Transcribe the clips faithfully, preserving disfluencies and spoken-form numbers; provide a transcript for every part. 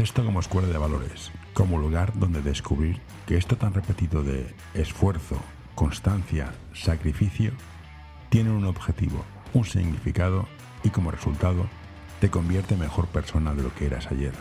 baloncesto como escuela de valores, como lugar donde descubrir que esto tan repetido de esfuerzo, constancia, sacrificio, tiene un objetivo, un significado y como resultado te convierte en mejor persona de lo que eras ayer.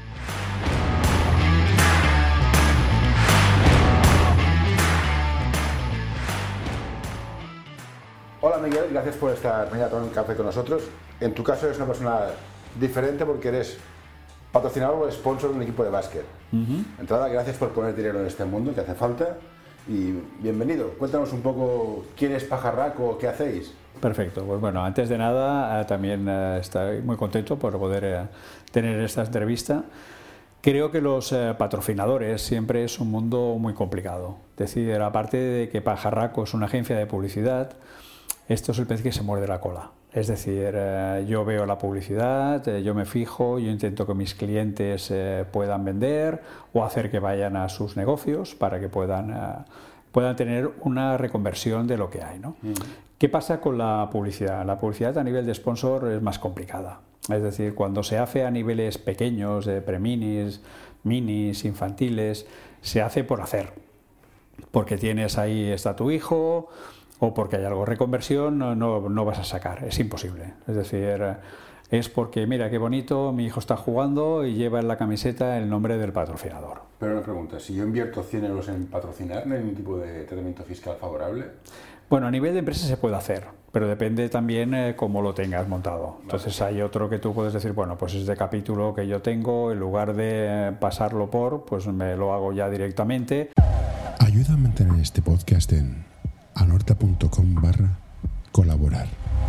Hola Miguel, gracias por estar mañana tomando un café con nosotros. En tu caso eres una persona diferente porque eres patrocinador o sponsor de un equipo de básquet. Uh-huh. Entrada, gracias por poner dinero en este mundo que hace falta y bienvenido. Cuéntanos un poco quién es Pajarraco, qué hacéis. Perfecto, pues bueno, antes de nada también estoy muy contento por poder tener esta entrevista. Creo que los eh, patrocinadores siempre es un mundo muy complicado. Es decir, aparte de que Pajarraco es una agencia de publicidad, esto es el pez que se muerde la cola. Es decir, eh, yo veo la publicidad, eh, yo me fijo, yo intento que mis clientes eh, puedan vender o hacer que vayan a sus negocios para que puedan, eh, puedan tener una reconversión de lo que hay, ¿no? Mm. ¿Qué pasa con la publicidad? La publicidad a nivel de sponsor es más complicada. Es decir, cuando se hace a niveles pequeños, de preminis, minis, infantiles, se hace por hacer. Porque tienes ahí, está tu hijo, o porque hay algo de reconversión, no, no, no vas a sacar, es imposible. Es decir, es porque, mira, qué bonito, mi hijo está jugando y lleva en la camiseta el nombre del patrocinador. Pero una pregunta, si yo invierto cien euros en patrocinar, ¿no hay ningún tipo de tratamiento fiscal favorable? Bueno, a nivel de empresa se puede hacer, pero depende también eh, cómo lo tengas montado. Entonces vale. Hay otro que tú puedes decir, bueno, pues este capítulo que yo tengo, en lugar de pasarlo por, pues me lo hago ya directamente. Ayuda a mantener este podcast en anorta.com barra colaborar.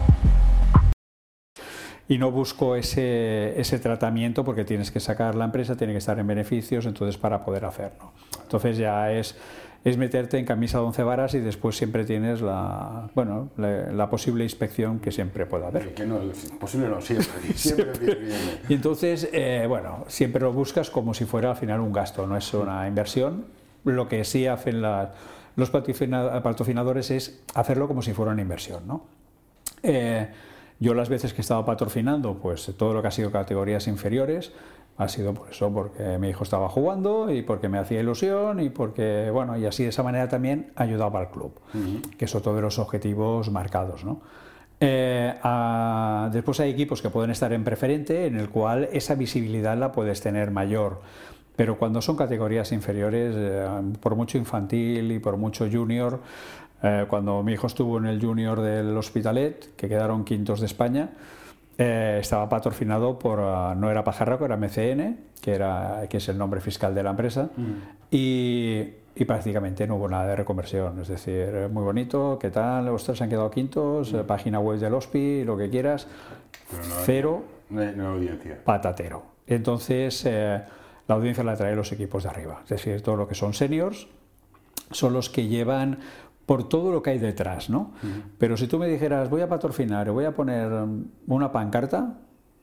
Y no busco ese, ese tratamiento porque tienes que sacar la empresa, tiene que estar en beneficios, entonces para poder hacerlo. Entonces ya es, es meterte en camisa de once varas y después siempre tienes la, bueno, la, la posible inspección que siempre pueda haber. Que no, posible no, siempre. siempre, siempre. Viene. Y entonces, eh, bueno, siempre lo buscas como si fuera al final un gasto, no es una inversión. Lo que sí hacen las... los patrocinadores es hacerlo como si fuera una inversión, ¿no? Eh, yo las veces que he estado patrocinando, pues todo lo que ha sido categorías inferiores, ha sido por eso, porque mi hijo estaba jugando y porque me hacía ilusión y porque, bueno, y así de esa manera también ayudaba al club, uh-huh. que es otro de los objetivos marcados, ¿no? Eh, a, después hay equipos que pueden estar en preferente, en el cual esa visibilidad la puedes tener mayor. Pero cuando son categorías inferiores, eh, por mucho infantil y por mucho junior, eh, cuando mi hijo estuvo en el junior del Hospitalet, que quedaron quintos de España, eh, estaba patrocinado por, uh, no era Pajarraco, era M C N, que, era, que es el nombre fiscal de la empresa, mm. y, y prácticamente no hubo nada de reconversión. Es decir, muy bonito, ¿qué tal? Ostras, se han quedado quintos, mm. eh, página web del Hospi, lo que quieras, pero no cero, hay, no hay, no hay audiencia. Patatero. Entonces... Eh, la audiencia la traen los equipos de arriba, es decir, todo lo que son seniors son los que llevan por todo lo que hay detrás, ¿no? Uh-huh. Pero si tú me dijeras, voy a patrocinar, voy a poner una pancarta,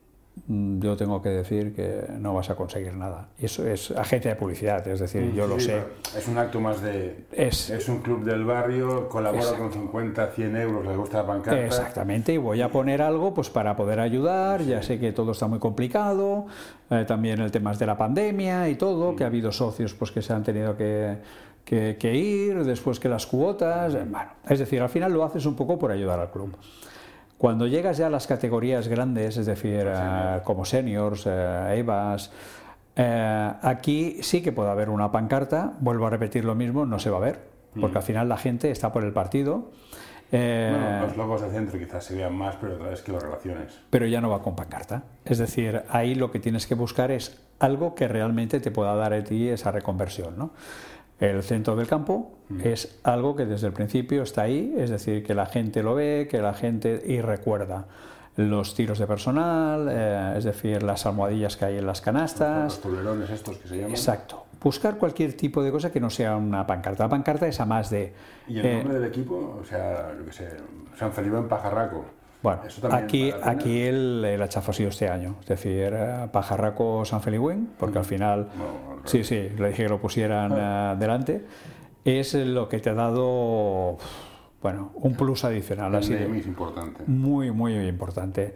yo tengo que decir que no vas a conseguir nada. Eso es agencia de publicidad, es decir, sí, yo lo sé. Es un acto más de... Es, es un club del barrio, colabora exacto. con cincuenta, cien euros, le gusta la pancarta. Exactamente, y voy a poner algo pues para poder ayudar, sí. Ya sé que todo está muy complicado, eh, también el tema de la pandemia y todo, sí. Que ha habido socios pues que se han tenido que, que, que ir, después que las cuotas, bueno, es decir, al final lo haces un poco por ayudar al club. Cuando llegas ya a las categorías grandes, es decir, uh, como seniors, uh, E V As, uh, aquí sí que puede haber una pancarta, vuelvo a repetir lo mismo, no se va a ver, porque mm. al final la gente está por el partido. Eh, bueno, los logos de centro quizás se vean más, pero otra vez que las relaciones. Pero ya no va con pancarta. Es decir, ahí lo que tienes que buscar es algo que realmente te pueda dar a ti esa reconversión, ¿no? El centro del campo mm. es algo que desde el principio está ahí, es decir, que la gente lo ve, que la gente y recuerda los tiros de personal, eh, es decir, las almohadillas que hay en las canastas. Los tolerones estos que se llaman. Exacto. Buscar cualquier tipo de cosa que no sea una pancarta. La pancarta es a más de... ¿Y el nombre eh, del equipo? O sea, yo qué sé, San Felipe en Pajarraco. Bueno, aquí, aquí el, el hachazo ha sido este año, es decir, Pajarraco San Feliuén, porque al final, no, no, sí, sí, le dije que lo pusieran ah. uh, delante, es lo que te ha dado, bueno, un plus adicional. El así de, es importante. Muy, muy importante.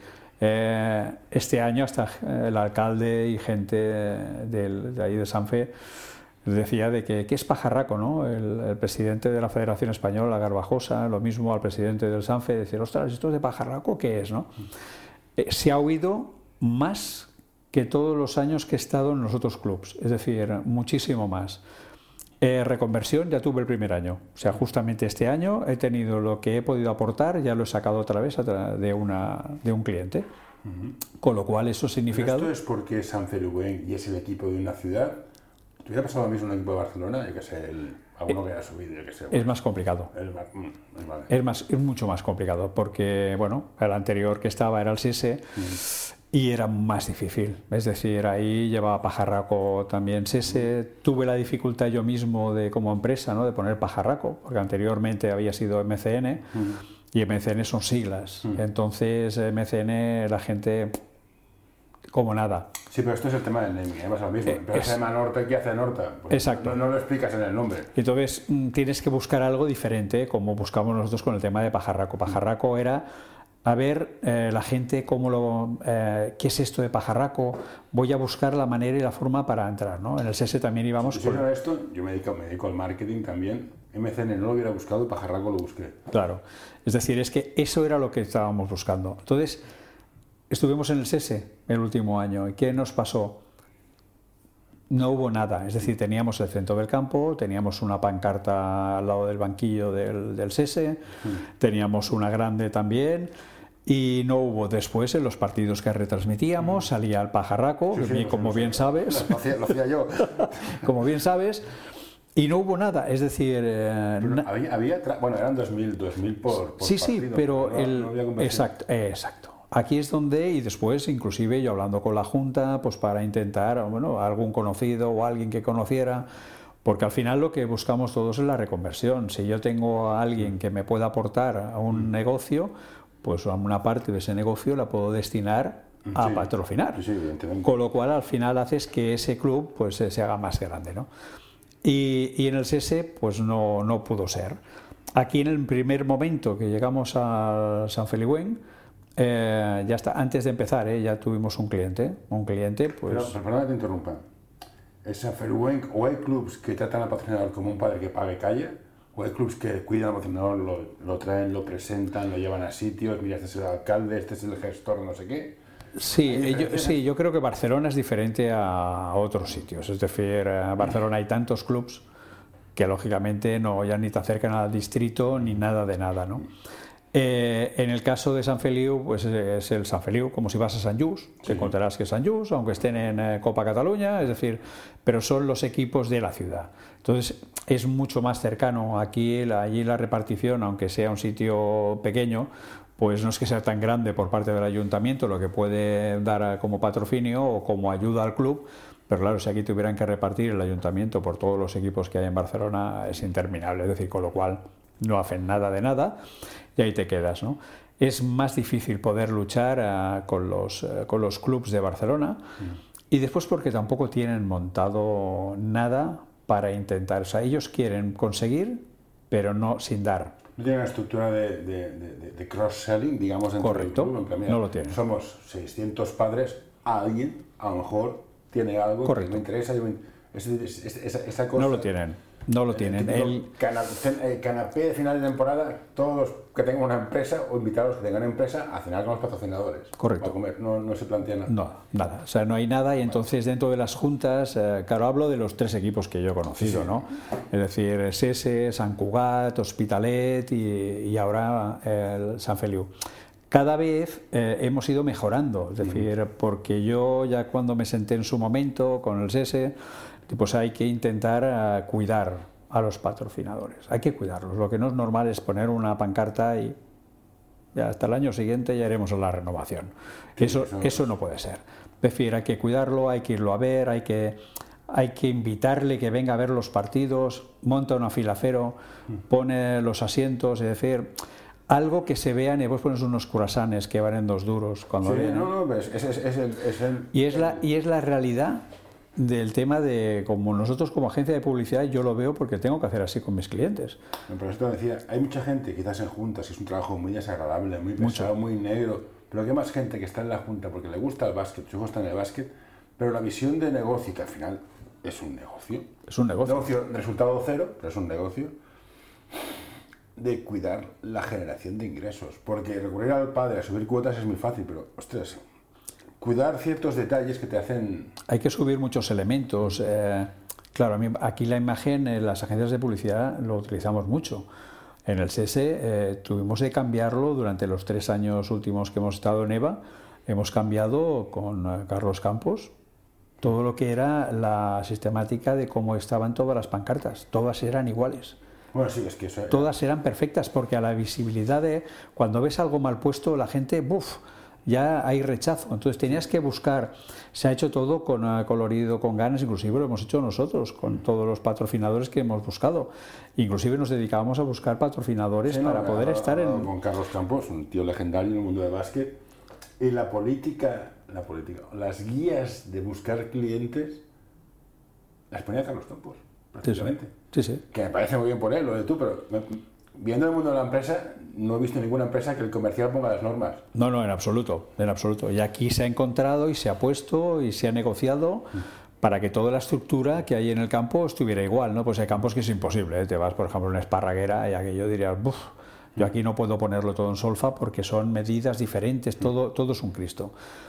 Eh, este año hasta el alcalde y gente del, de ahí de Sanfe decía de que, que es pajarraco, ¿no? El, el presidente de la Federación Española, Garbajosa, lo mismo al presidente del Sanfe, decir, ostras, ¿esto es de pajarraco qué es, no? Eh, se ha oído más que todos los años que he estado en los otros clubs, es decir, muchísimo más. Eh, reconversión ya tuve el primer año, o sea, justamente este año he tenido lo que he podido aportar, ya lo he sacado otra vez de, una, de un cliente, uh-huh. Con lo cual eso significa... ¿Esto es porque es Sant Feliuenc y es el equipo de una ciudad? ¿Te hubiera pasado lo mismo en un equipo de Barcelona? Yo que sé, el, alguno eh, que haya subido, yo que sé. Bueno, es más complicado. Es, más, mm, vale. es, más, es mucho más complicado, porque, bueno, el anterior que estaba era el S I S E, uh-huh. Y era más difícil, es decir, ahí llevaba pajarraco también S I S E, tuve la dificultad yo mismo de como empresa, ¿no? De poner pajarraco, porque anteriormente había sido M C N, uh-huh. Y M C N son siglas, uh-huh. Entonces M C N la gente como nada. Sí, pero esto es el tema del naming, ¿eh? Pasa lo mismo, pero se llama Norta, ¿qué hace Norta? Pues exacto. No, no lo explicas en el nombre. Entonces tienes que buscar algo diferente, como buscamos nosotros con el tema de pajarraco. Pajarraco uh-huh. Era... A ver, eh, la gente, cómo lo, eh, ¿qué es esto de pajarraco? Voy a buscar la manera y la forma para entrar, ¿no? En el S E S también íbamos... Si con... esto, yo me dedico, me dedico al marketing también. M C N no lo hubiera buscado, pajarraco lo busqué. Claro. Es decir, es que eso era lo que estábamos buscando. Entonces, estuvimos en el S E S el último año. ¿Y qué nos pasó? No hubo nada. Es decir, teníamos el centro del campo, teníamos una pancarta al lado del banquillo del, del S E S, mm. Teníamos una grande también... Y no hubo después en los partidos que retransmitíamos, salía el pajarraco, sí, sí, como sí, bien sí. sabes. Lo hacía, lo hacía yo. Como bien sabes. Y no hubo nada, es decir... Eh, no, había, había bueno, eran dos mil por, por sí, partido. Sí, pero... No, el, no exacto, eh, exacto. Aquí es donde, y después inclusive yo hablando con la Junta, pues para intentar, bueno, algún conocido o alguien que conociera... Porque al final lo que buscamos todos es la reconversión. Si yo tengo a alguien que me pueda aportar a un mm. negocio... pues una parte de ese negocio la puedo destinar a sí, patrocinar. Sí, sí, con lo cual al final haces que ese club pues se haga más grande, ¿no? Y, y en el S E S E pues no, no pudo ser. Aquí en el primer momento que llegamos a Sant Feliuenc, eh, ya está, antes de empezar, eh, ya tuvimos un cliente, un cliente pues... Pero, perdona que te interrumpa. ¿Es Sant Feliuenc o hay clubs que tratan al patrocinador como un padre que pague calle? ¿O hay clubs que cuidan al patrocinador, lo, lo traen, lo presentan, lo llevan a sitios, mira, este es el alcalde, este es el gestor, no sé qué? Sí, yo, sí, yo creo que Barcelona es diferente a otros sitios. Es decir, en Barcelona hay tantos clubs que lógicamente no ya ni te acercan al distrito ni nada de nada, ¿no? Eh, en el caso de Sant Feliu, pues es el Sant Feliu, como si vas a Sant Just, te sí. encontrarás que es Sant Just, aunque estén en eh, Copa Cataluña, es decir, pero son los equipos de la ciudad. Entonces es mucho más cercano. Aquí, la, allí la repartición, aunque sea un sitio pequeño, pues no es que sea tan grande por parte del ayuntamiento, lo que puede dar como patrocinio o como ayuda al club, pero claro, si aquí tuvieran que repartir el ayuntamiento por todos los equipos que hay en Barcelona, es interminable, es decir, con lo cual no hacen nada de nada y ahí te quedas, ¿no? Es más difícil poder luchar uh, con los, uh, con los clubs de Barcelona mm. y después porque tampoco tienen montado nada para intentar, o sea, ellos quieren conseguir, pero no sin dar. No tienen una estructura de, de, de, de cross-selling, digamos, dentro correcto, del club. En plan, mira, no lo tienen. Somos seiscientos padres, alguien a lo mejor tiene algo correcto. Que me interesa, yo me, es, es, es, esa, esa cosa. No lo tienen. No lo tienen. El el canapé, canapé de final de temporada, todos los que tengan una empresa o invitados que tengan empresa a cenar con los patrocinadores. Correcto. A comer, no, no se plantea nada. No, nada. O sea, no hay nada y entonces dentro de las juntas, eh, claro, hablo de los tres equipos que yo he conocido, sí. ¿no? Es decir, S E S, Sant Cugat, Hospitalet y, y ahora el Sant Feliu. Cada vez eh, hemos ido mejorando, es decir, uh-huh. porque yo ya cuando me senté en su momento con el S E S, pues hay que intentar uh, cuidar a los patrocinadores, hay que cuidarlos. Lo que no es normal es poner una pancarta y ya hasta el año siguiente ya haremos la renovación. Sí, eso, eso, eso no puede ser. Es decir, hay que cuidarlo, hay que irlo a ver, hay que, hay que invitarle que venga a ver los partidos, monta una fila cero, pone los asientos, es decir, algo que se vean y después pones unos curasanes que van en dos duros cuando sí, vienen. No, no, es, es, es, el, es el... Y es la, y es la realidad del tema de, como nosotros como agencia de publicidad, yo lo veo porque tengo que hacer así con mis clientes. Pero esto decía, hay mucha gente, quizás en juntas, que es un trabajo muy desagradable, muy pesado, Mucho. muy negro, pero que hay más gente que está en la Junta porque le gusta el básquet, su hijo está en el básquet, pero la visión de negocio, que al final es un negocio. Es un negocio. negocio de resultado cero, pero es un negocio de cuidar la generación de ingresos. Porque recurrir al padre a subir cuotas es muy fácil, pero, ostras, cuidar ciertos detalles que te hacen... Hay que subir muchos elementos. Eh, claro, a mí, aquí la imagen, en las agencias de publicidad lo utilizamos mucho. En el S E S eh, tuvimos que cambiarlo durante los tres años últimos que hemos estado en EVA. Hemos cambiado con eh, Carlos Campos todo lo que era la sistemática de cómo estaban todas las pancartas. Todas eran iguales. Bueno, sí, es que eso... Todas eran perfectas, porque a la visibilidad de... Cuando ves algo mal puesto, la gente, ¡buf!, ya hay rechazo. Entonces tenías que buscar... Se ha hecho todo con uh, colorido, con ganas, inclusive lo hemos hecho nosotros, con todos los patrocinadores que hemos buscado. Inclusive nos dedicábamos a buscar patrocinadores sí, para no, poder a, estar a, en... Con Carlos Campos, un tío legendario en el mundo del básquet. Y la política, la política, las guías de buscar clientes, las ponía Carlos Campos, prácticamente. Sí, sí. Que me parece muy bien por él, lo de tú, pero me, viendo el mundo de la empresa, no he visto ninguna empresa que el comercial ponga las normas. No, no, en absoluto, en absoluto. Y aquí se ha encontrado y se ha puesto y se ha negociado mm. para que toda la estructura que hay en el campo estuviera igual, ¿no? Pues hay campos que es imposible, ¿eh? Te vas, por ejemplo, a una Esparraguera y aquello dirías, ¡buf! Yo aquí no puedo ponerlo todo en solfa porque son medidas diferentes, todo, todo es un Cristo.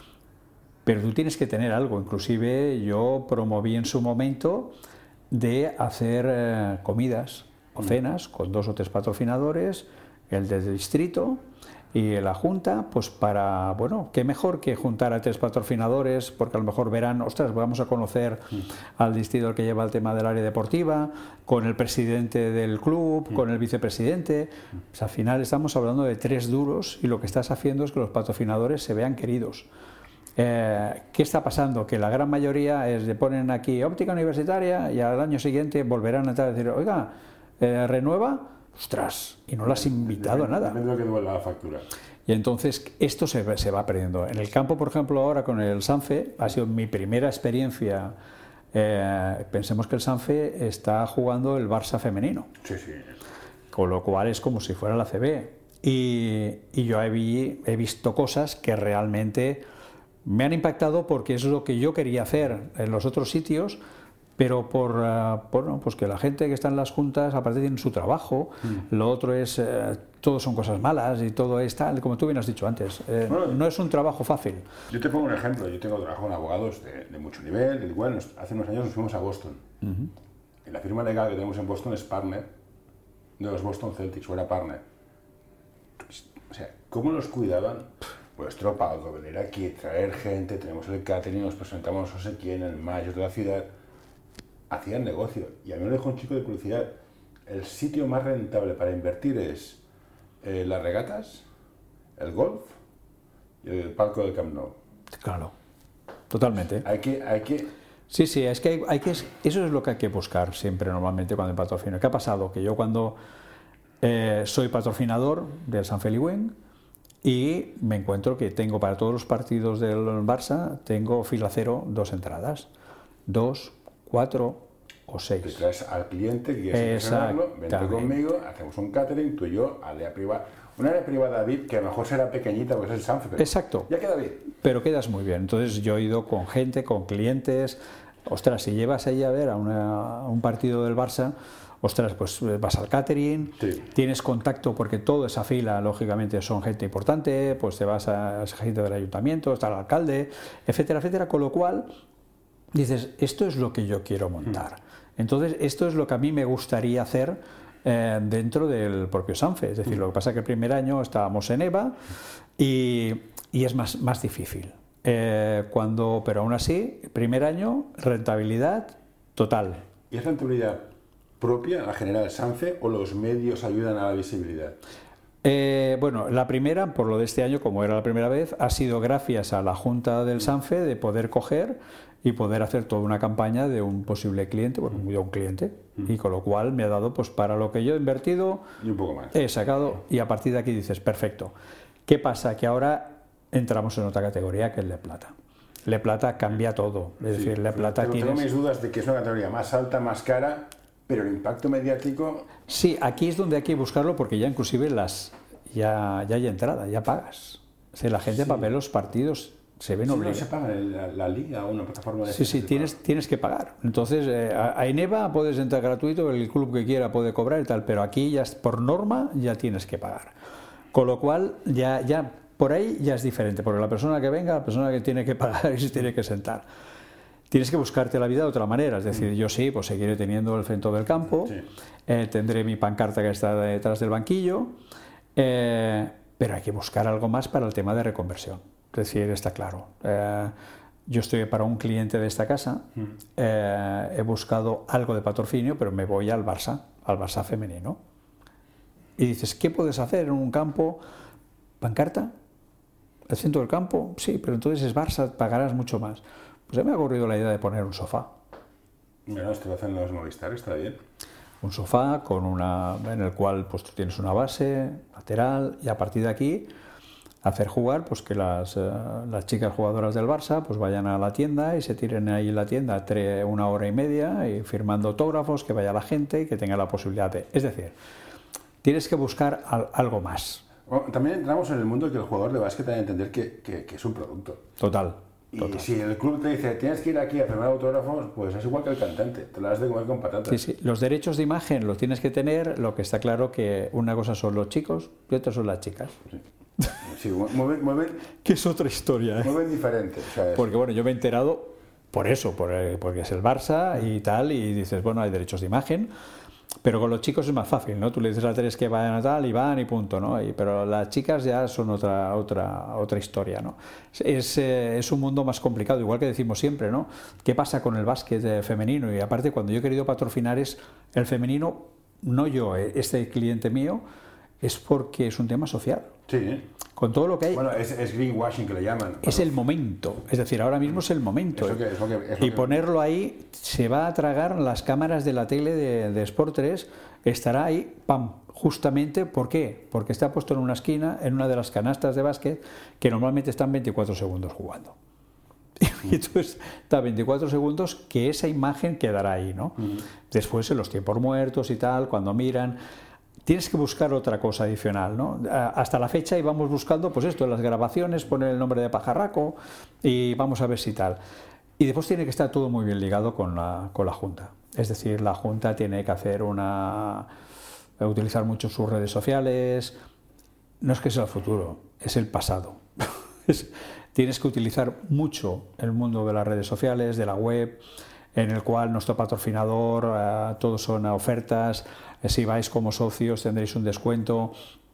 Pero tú tienes que tener algo. Inclusive yo promoví en su momento de hacer eh, comidas o cenas con dos o tres patrocinadores, el del distrito y la Junta, pues para, bueno, qué mejor que juntar a tres patrocinadores, porque a lo mejor verán, ostras, vamos a conocer mm. al distrito que lleva el tema del área deportiva, con el presidente del club, mm. con el vicepresidente. Pues al final estamos hablando de tres duros y lo que estás haciendo es que los patrocinadores se vean queridos. Eh, ¿Qué está pasando? Que la gran mayoría es de ponen aquí óptica universitaria y al año siguiente volverán a entrar a decir, oiga, eh, renueva, ostras, y no lo has invitado a nada. Depende de lo que devuelva la factura. Y entonces esto se, se va perdiendo. En el campo, por ejemplo, ahora con el SANFE, ha sido mi primera experiencia. Eh, pensemos que el SANFE está jugando el Barça femenino. Sí, sí. Con lo cual es como si fuera la C B. Y, y yo he, vi, he visto cosas que realmente me han impactado porque es lo que yo quería hacer en los otros sitios, pero por, uh, bueno, pues que la gente que está en las juntas aparte tiene su trabajo, mm. lo otro es, uh, todo son cosas malas y todo es tal, como tú bien has dicho antes, eh, bueno, no es un trabajo fácil. Yo te pongo un ejemplo, yo tengo trabajo con abogados de, de mucho nivel, de igual, hace unos años nos fuimos a Boston, uh-huh. y la firma legal que tenemos en Boston es partner de los Boston Celtics, o era partner. O sea, ¿cómo nos cuidaban? Pues tropa, algo, venir aquí, traer gente, tenemos el catering, nos presentamos no sé quién, el mayo de la ciudad. Hacían negocio. Y a mí me lo dijo un chico de publicidad, el sitio más rentable para invertir es eh, las regatas, el golf y el palco del Camp Nou. Claro, totalmente. Hay que... Hay que sí, sí, es que, hay, hay que eso es lo que hay que buscar siempre normalmente cuando patrocino. ¿Qué ha pasado? Que yo cuando eh, soy patrocinador del San Feliuenc, y me encuentro que tengo para todos los partidos del Barça, tengo fila cero, dos entradas. Dos, cuatro o seis. Te traes al cliente que quieres ganarlo, vente conmigo, hacemos un catering, tú y yo, área privada. Una área privada V I P que a lo mejor será pequeñita porque es el Sanfe, pero exacto. Ya queda bien. Pero quedas muy bien. Entonces yo he ido con gente, con clientes. Ostras, si llevas ahí a ver a, una, a un partido del Barça, ostras, pues vas al catering, sí. Tienes contacto porque toda esa fila, lógicamente, son gente importante, pues te vas a esa gente del ayuntamiento, está el alcalde, etcétera, etcétera, con lo cual dices, esto es lo que yo quiero montar. Entonces, esto es lo que a mí me gustaría hacer eh, dentro del propio SANFE. Es decir, lo que pasa es que el primer año estábamos en EVA y, y es más, más difícil. Eh, cuando, pero aún así, primer año, rentabilidad total. ¿Y es rentabilidad propia la general SANFE o los medios ayudan a la visibilidad? Eh, bueno, la primera, por lo de este año, como era la primera vez, ha sido gracias a la Junta del SANFE de poder coger y poder hacer toda una campaña de un posible cliente, bueno, de un cliente, mm. y con lo cual me ha dado, pues para lo que yo he invertido, y un poco más. He sacado, y a partir de aquí dices, perfecto. ¿Qué pasa? Que ahora entramos en otra categoría que es Le Plata. Le Plata cambia todo, es sí, decir, Le Plata tengo, tienes... tengo mis dudas de que es una categoría más alta, más cara, pero el impacto mediático... Sí, aquí es donde hay que buscarlo porque ya inclusive las ya, ya hay entrada, ya pagas. Si la gente Sí. para ver los partidos se ven Sí, no obligados. se paga la, la liga o una plataforma de Sí, estas sí, que se tienes, paga. tienes que pagar. Entonces, eh, a a Eneva puedes entrar gratuito, el club que quiera puede cobrar y tal, pero aquí ya es- por norma ya tienes que pagar. Con lo cual, ya, ya por ahí ya es diferente, porque la persona que venga, la persona que tiene que pagar y se tiene que sentar. Tienes que buscarte la vida de otra manera, es decir, yo sí, pues seguiré teniendo el centro del campo, Sí. eh, tendré mi pancarta que está detrás del banquillo, eh, pero hay que buscar algo más para el tema de reconversión. Es decir, está claro. Eh, yo estoy para un cliente de esta casa, eh, he buscado algo de patrocinio, pero me voy al Barça, al Barça femenino. Y dices, ¿qué puedes hacer en un campo? ¿Pancarta? ¿El centro del campo? Sí, pero entonces es Barça, pagarás mucho más. Pues ya me ha ocurrido la idea de poner un sofá. Mira, esto lo hacen los Movistar, está bien. Un sofá con una, en el cual pues, tú tienes una base lateral y a partir de aquí hacer jugar pues que las, eh, las chicas jugadoras del Barça pues vayan a la tienda y se tiren ahí en la tienda tre- una hora y media y firmando autógrafos, que vaya la gente y que tenga la posibilidad de... Es decir, tienes que buscar al- algo más. Bueno, también entramos en el mundo que el jugador de básquet debe entender que, que, que es un producto. Total. Y total. si el club te dice, tienes que ir aquí a firmar autógrafos, pues es igual que el cantante, te lo has de comer con patatas. Sí, sí. Los derechos de imagen los tienes que tener, lo que está claro que una cosa son los chicos y otra son las chicas. Sí, sí, mueven, mueven, Que es otra historia, ¿eh? mueven diferente. O sea, es- Porque bueno, yo me he enterado por eso, por, eh, porque es el Barça y tal, y dices, bueno, hay derechos de imagen, pero con los chicos es más fácil, ¿no? Tú le dices a tres que vayan a tal y van y punto, ¿no? Y, pero las chicas ya son otra, otra, otra historia, ¿no? Es, eh, es un mundo más complicado, igual que decimos siempre, ¿no? ¿Qué pasa con el básquet eh, femenino? Y aparte, cuando yo he querido patrocinar es el femenino, no yo, eh, este cliente mío, es porque es un tema social. sí, ¿eh? Con todo lo que hay, Bueno, es, es greenwashing que le llaman. es el momento, es decir, ahora mismo es el momento. Eso que- eso que- eso y que- ponerlo ahí se va a tragar las cámaras de la tele de, de Sport tres, estará ahí, pam, justamente, ¿por qué? Porque está puesto en una esquina, en una de las canastas de básquet, que normalmente están veinticuatro segundos jugando. Y entonces está veinticuatro segundos que esa imagen quedará ahí, ¿no? Después en los tiempos muertos y tal, cuando miran... Tienes que buscar otra cosa adicional, ¿no? Hasta la fecha íbamos buscando, pues esto, en las grabaciones, poner el nombre de Pajarraco y vamos a ver si tal. Y después tiene que estar todo muy bien ligado con la, con la Junta. Es decir, la Junta tiene que hacer una... utilizar mucho sus redes sociales. No es que sea el futuro, es el pasado. Es, tienes que utilizar mucho el mundo de las redes sociales, de la web, en el cual nuestro patrocinador, eh, todos son ofertas, eh, si vais como socios tendréis un descuento.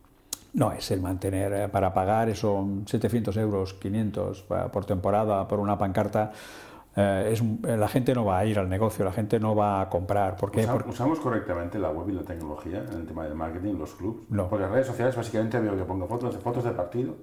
No es el mantener, eh, para pagar, son setecientos euros, quinientos eh, por temporada, por una pancarta. Eh, es, un- eh, la gente no va a ir al negocio, la gente no va a comprar. ¿Por qué? Usa- Porque ¿Usamos correctamente la web y la tecnología en el tema del marketing, los clubs? No. Porque las redes sociales básicamente veo que pongo fotos, fotos de partido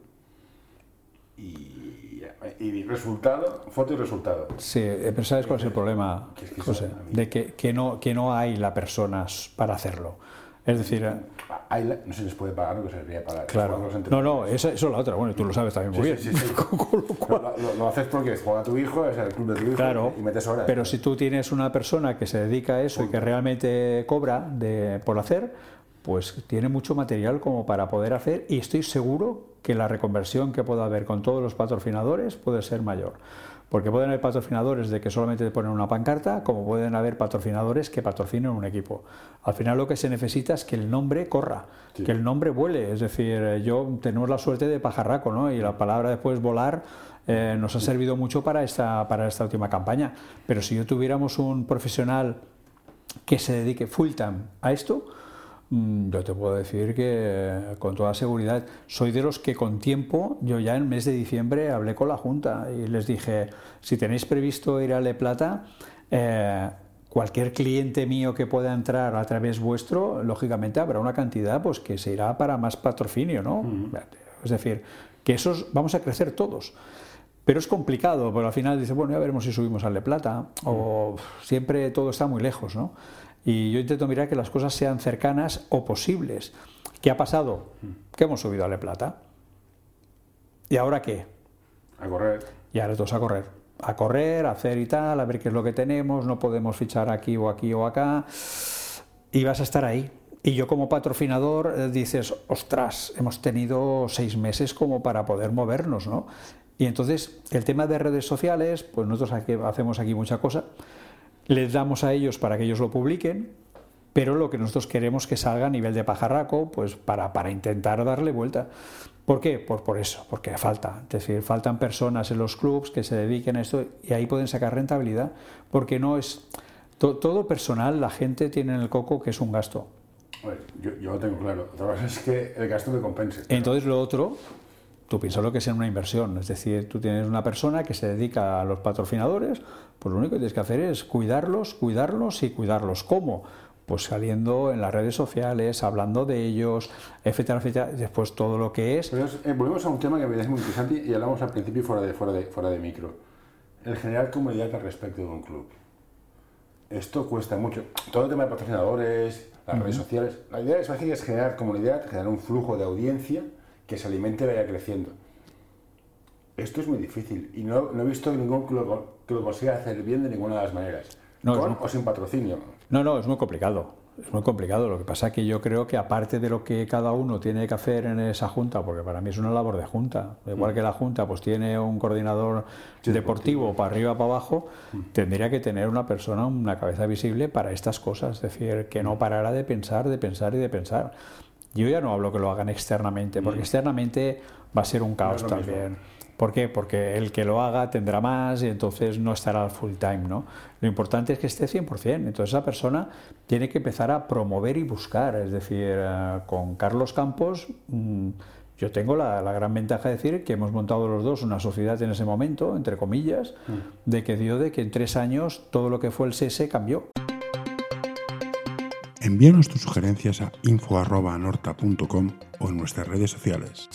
y, y resultado, foto y resultado. sí, eh, pero ¿sabes cuál es el problema, Que es que José? eso a mí- De que, que, no, que no hay la persona para hacerlo. Es decir, eh, Hay la- no se les puede pagar lo que se debería pagar. claro. Juegos entre- No, no, esa, eso es la otra. Bueno, tú lo sabes también muy Sí, bien. sí, sí, sí. Con lo cual- Lo, lo- lo haces porque juega tu hijo, es el club de tu hijo Claro, y metes horas. pero si tú tienes una persona que se dedica a eso y que realmente cobra de, por hacer, pues tiene mucho material como para poder hacer y estoy seguro que la reconversión que pueda haber con todos los patrocinadores puede ser mayor. Porque pueden haber patrocinadores de que solamente te ponen una pancarta, como pueden haber patrocinadores que patrocinen un equipo. Al final lo que se necesita es que el nombre corra, Sí. que el nombre vuele. Es decir, yo tenemos la suerte de pajarraco, ¿no? Y la palabra después volar eh, nos ha servido mucho para esta, para esta última campaña. Pero si yo tuviéramos un profesional que se dedique full time a esto, mm, yo te puedo decir que eh, con toda seguridad soy de los que con tiempo, yo ya en el mes de diciembre hablé con la Junta y les dije, si tenéis previsto ir a Le Plata, eh, cualquier cliente mío que pueda entrar a través vuestro, lógicamente habrá una cantidad pues que se irá para más patrocinio, ¿no? Uh-huh. Es decir, que esos vamos a crecer todos. Pero es complicado, porque al final dice, bueno, ya veremos si subimos a Le Plata, o siempre todo está muy lejos, ¿no? Y yo intento mirar que las cosas sean cercanas o posibles. ¿Qué ha pasado? Que hemos subido a Le Plata. ¿Y ahora qué? A correr. Y ahora todos a correr. A correr, a hacer y tal, a ver qué es lo que tenemos, no podemos fichar aquí o aquí o acá. Y vas a estar ahí. Y yo como patrocinador eh, dices, ostras, hemos tenido seis meses como para poder movernos, ¿no? Y entonces el tema de redes sociales, pues nosotros aquí, hacemos aquí mucha cosa, les damos a ellos para que ellos lo publiquen, pero lo que nosotros queremos que salga a nivel de pajarraco, pues para, para intentar darle vuelta. ¿Por qué? Pues por eso, porque falta. Es decir, faltan personas en los clubs que se dediquen a esto y ahí pueden sacar rentabilidad, porque no es... To, todo personal, la gente tiene en el coco que es un gasto. Bueno, yo, yo lo tengo claro. Otra cosa es que el gasto me compense. Pero... Entonces lo otro, tú piensas lo que es en una inversión. Es decir, tú tienes una persona que se dedica a los patrocinadores, pues lo único que tienes que hacer es cuidarlos, cuidarlos y cuidarlos. ¿Cómo? Pues saliendo en las redes sociales, hablando de ellos, etcétera, etcétera. Después todo lo que es... Pero es eh, volvemos a un tema que me parece muy interesante y hablamos al principio fuera de, fuera de, fuera de micro. El generar comunidad al respecto de un club. Esto cuesta mucho. Todo el tema de patrocinadores, las uh-huh. redes sociales. La idea es, es generar comunidad, generar un flujo de audiencia que se alimente y vaya creciendo. Esto es muy difícil y no, no he visto ningún club que lo consiga hacer bien de ninguna de las maneras. No, con muy... o sin patrocinio. No, no, es muy complicado. Es muy complicado. Lo que pasa es que yo creo que aparte de lo que cada uno tiene que hacer en esa junta, porque para mí es una labor de junta, igual mm. que la junta pues tiene un coordinador sí, deportivo, deportivo para arriba, para abajo, mm. tendría que tener una persona, una cabeza visible para estas cosas. Es decir, que no parara de pensar, de pensar y de pensar. Yo ya no hablo que lo hagan externamente, porque mm. externamente va a ser un caos no también. Mismo. ¿Por qué? Porque el que lo haga tendrá más y entonces no estará al full time, ¿no? Lo importante es que esté cien por ciento. Entonces esa persona tiene que empezar a promover y buscar. Es decir, uh, con Carlos Campos, mmm, yo tengo la, la gran ventaja de decir que hemos montado los dos una sociedad en ese momento, entre comillas, mm. de que dio de que en tres años todo lo que fue el S E S cambió. Envíanos tus sugerencias a info arroba anorta punto com o en nuestras redes sociales.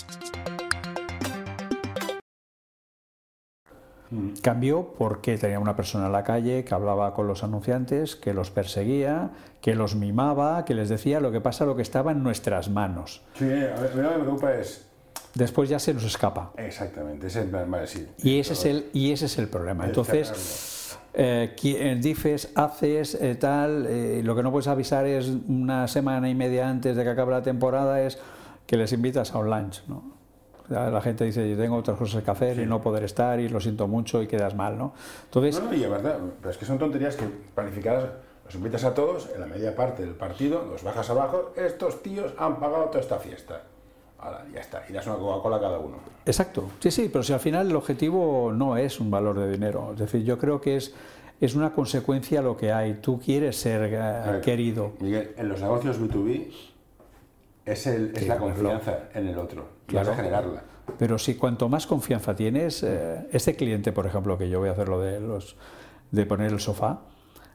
Cambió porque tenía una persona en la calle que hablaba con los anunciantes, que los perseguía, que los mimaba, que les decía lo que pasa, lo que estaba en nuestras manos. Sí, a ver, lo que me preocupa es... Después ya se nos escapa. Exactamente, ese es el mal, sí. Y ese es el, y ese es el problema. Entonces, eh, dices, haces, eh, tal, eh, lo que no puedes avisar es una semana y media antes de que acabe la temporada es que les invitas a un lunch, ¿no? La gente dice, yo tengo otras cosas que hacer sí. y no poder estar y lo siento mucho y quedas mal, ¿no? Entonces, no, no, y es verdad, pero es que son tonterías que planificadas, los invitas a todos, en la media parte del partido, los bajas abajo, estos tíos han pagado toda esta fiesta. Ahora, ya está, y das una Coca-Cola a cada uno. Exacto, sí, sí, pero si al final el objetivo no es un valor de dinero, es decir, yo creo que es, es una consecuencia lo que hay, tú quieres ser uh, ver, querido. Miguel, en los negocios B dos B es, el, es sí, la confianza claro. en el otro, claro. vas a generarla. Pero si cuanto más confianza tienes, eh, este cliente, por ejemplo, que yo voy a hacer lo de, los, de poner el sofá,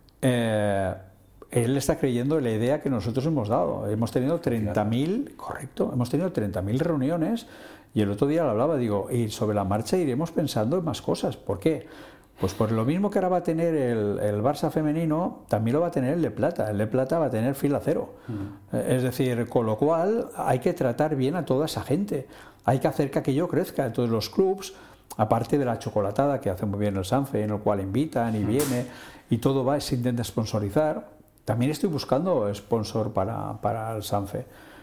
eh, él está creyendo en la idea que nosotros hemos dado. Hemos tenido treinta mil, correcto, hemos tenido treinta mil reuniones y el otro día lo hablaba, digo, y sobre la marcha iremos pensando en más cosas. ¿Por qué? Pues por lo mismo que ahora va a tener el, el Barça femenino, también lo va a tener el de Plata. El de Plata va a tener fila cero. Mm. Es decir, con lo cual hay que tratar bien a toda esa gente. Hay que hacer que aquello crezca. Entonces los clubs, aparte de la chocolatada que hace muy bien el Sanfe, en el cual invitan y mm. viene, y todo va, se intenta sponsorizar, también estoy buscando sponsor para, para el Sanfe.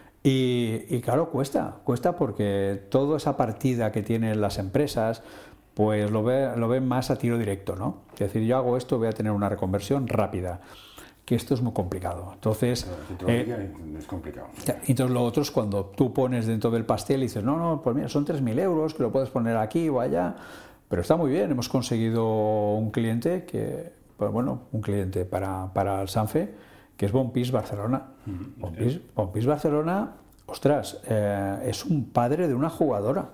Y, y claro, cuesta, cuesta porque toda esa partida que tienen las empresas, pues lo ven lo ve más a tiro directo, ¿no? Es decir, yo hago esto, voy a tener una reconversión rápida, que esto es muy complicado. Entonces, eh, es complicado. Entonces lo otro es cuando tú pones dentro del pastel y dices, no, no, pues mira, son tres mil euros, que lo puedes poner aquí o allá, pero está muy bien, hemos conseguido un cliente que, pues bueno, un cliente para, para el Sanfe, que es Bonpis Barcelona. Mm-hmm. Bonpis, Bonpis Barcelona, ostras, eh, es un padre de una jugadora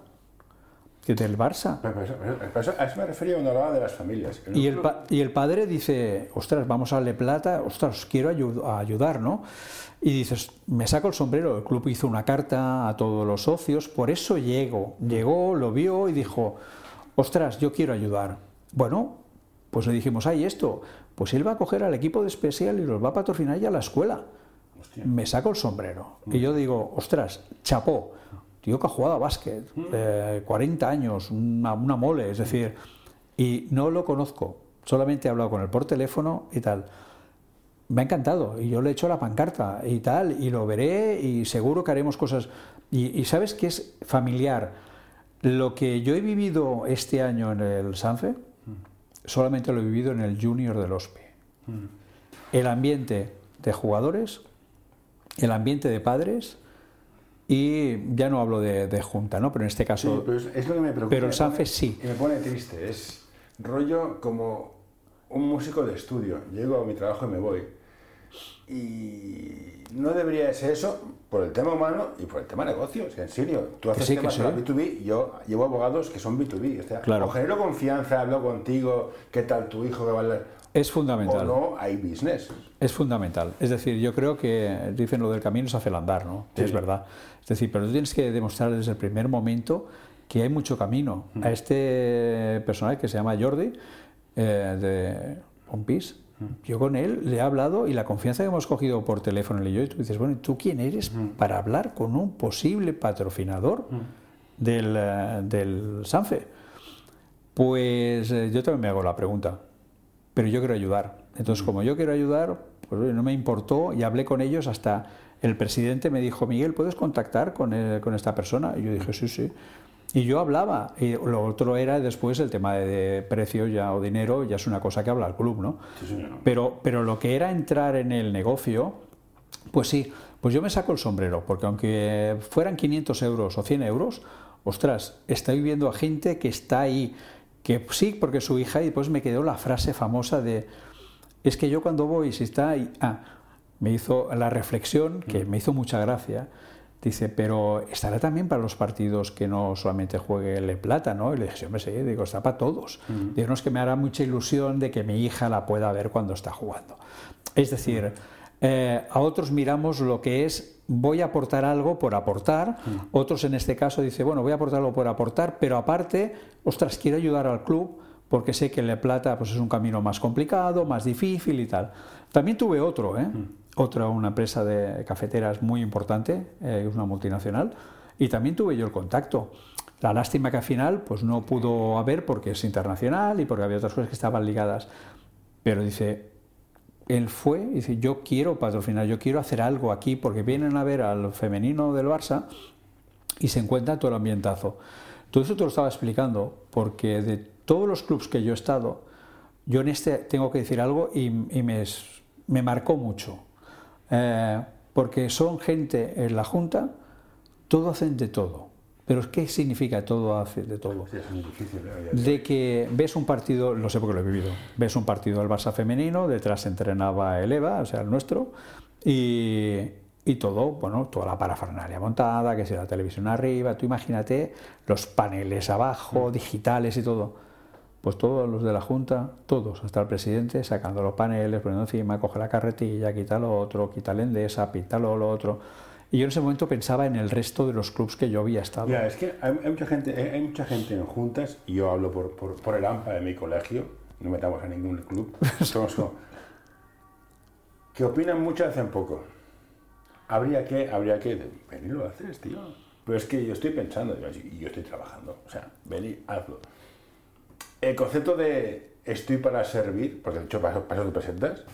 del Barça. Pero, pero, pero, pero a eso me refería cuando hablaba de las familias. Y el, pa y el padre dice, ostras, vamos a darle plata, ostras, os quiero ayud a ayudar, ¿no? Y dices, me saco el sombrero, el club hizo una carta a todos los socios, por eso llegó, llegó, lo vio y dijo, ostras, yo quiero ayudar. Bueno, pues le dijimos, ay, esto, pues él va a coger al equipo de especial y los va a patrocinar ya a la escuela. Hostia. Me saco el sombrero. Mm. Y yo digo, ostras, chapó. Tío que ha jugado a básquet, eh, cuarenta años, una, una mole, es decir, y no lo conozco, solamente he hablado con él por teléfono y tal. me ha encantado y yo le he hecho la pancarta y tal, y lo veré y seguro que haremos cosas. Y, y sabes que es familiar. Lo que yo he vivido este año en el Sanfe, mm. solamente lo he vivido en el Junior del Hospi. Mm. El ambiente de jugadores, el ambiente de padres, y ya no hablo de, de junta, ¿no? Pero en este caso... Sí, pero es, es lo que me preocupa. Pero el Sanfe sí. Y me pone triste, es rollo como un músico de estudio. Llego a mi trabajo y me voy. Y no debería ser eso por el tema humano y por el tema negocios. En serio, tú haces sí, temas sí. para B dos B, yo llevo abogados que son B dos B. O sea, claro. o genero confianza, hablo contigo, ¿qué tal tu hijo? Que vale? Es fundamental. O no, hay business. Es fundamental. Es decir, yo creo que dicen lo del camino se hace el andar, ¿no? Sí. Es verdad. Es decir, pero tú tienes que demostrar desde el primer momento que hay mucho camino. Mm. A este personaje que se llama Jordi, eh, de One Piece, mm. yo con él le he hablado y la confianza que hemos cogido por teléfono, él y yo, y tú dices, bueno, ¿tú quién eres mm. para hablar con un posible patrocinador mm. del, uh, del Sanfe? Pues eh, yo también me hago la pregunta. Pero yo quiero ayudar. Entonces, como yo quiero ayudar, pues no me importó y hablé con ellos. Hasta el presidente me dijo, Miguel, ¿puedes contactar con, el, con esta persona? Y yo dije, sí, sí. Y yo hablaba. Y lo otro era después el tema de, de precios ya, o dinero, ya es una cosa que habla el club, ¿no? Sí, señor. Pero, pero lo que era entrar en el negocio, pues sí, pues yo me saco el sombrero, porque aunque fueran quinientos euros o cien euros, ostras, estoy viendo a gente que está ahí, que sí, porque su hija, y después me quedó la frase famosa de, es que yo cuando voy, si está ahí, ah, me hizo la reflexión, que me hizo mucha gracia, dice, pero estará también para los partidos que no solamente juegue el Plata, ¿no? Y le dije, hombre, sí, digo, está para todos. Uh-huh. Digo, no, es que me hará mucha ilusión de que mi hija la pueda ver cuando está jugando. Es decir, uh-huh. eh, a otros miramos lo que es, voy a aportar algo por aportar, uh-huh. otros en este caso dice, bueno, voy a aportar algo por aportar, pero aparte, ostras, quiero ayudar al club porque sé que el Plata pues, es un camino más complicado, más difícil y tal. También tuve otro, ¿eh? Uh-huh. Otra, una empresa de cafeteras muy importante, eh, una multinacional, y también tuve yo el contacto. La lástima que al final pues no pudo haber porque es internacional y porque había otras cosas que estaban ligadas. Pero dice, él fue y dice, yo quiero patrocinar, yo quiero hacer algo aquí porque vienen a ver al femenino del Barça y se encuentra todo el ambientazo. Todo eso te lo estaba explicando porque de todos los clubes que yo he estado, yo en este tengo que decir algo y, y me, me marcó mucho. Eh, porque son gente en la Junta, todo hacen de todo. Pero ¿qué significa todo hace de todo? Sí, es muy difícil, ¿eh? De que ves un partido, lo sé porque lo he vivido, ves un partido del Barça femenino, detrás entrenaba el EVA, o sea, el nuestro, y, y todo, bueno, toda la parafernalia montada, que sea la televisión arriba, tú imagínate los paneles abajo, mm. digitales y todo. Pues todos los de la Junta, todos, hasta el presidente, sacando los paneles, poniendo encima, coge la carretilla, quita lo otro, quita la Endesa, pinta lo, lo otro. Y yo en ese momento pensaba en el resto de los clubes que yo había estado. Ya, es que hay, hay, mucha gente, hay, hay mucha gente en juntas, y yo hablo por, por, por el AMPA de mi colegio, no metamos a ningún club, somos como, que opinan mucho, hacen poco. Habría que, habría que, venir lo haces, tío. Pero es que yo estoy pensando, y yo estoy trabajando, o sea, venir, hazlo. El concepto de estoy para servir, porque de hecho para eso te presentas,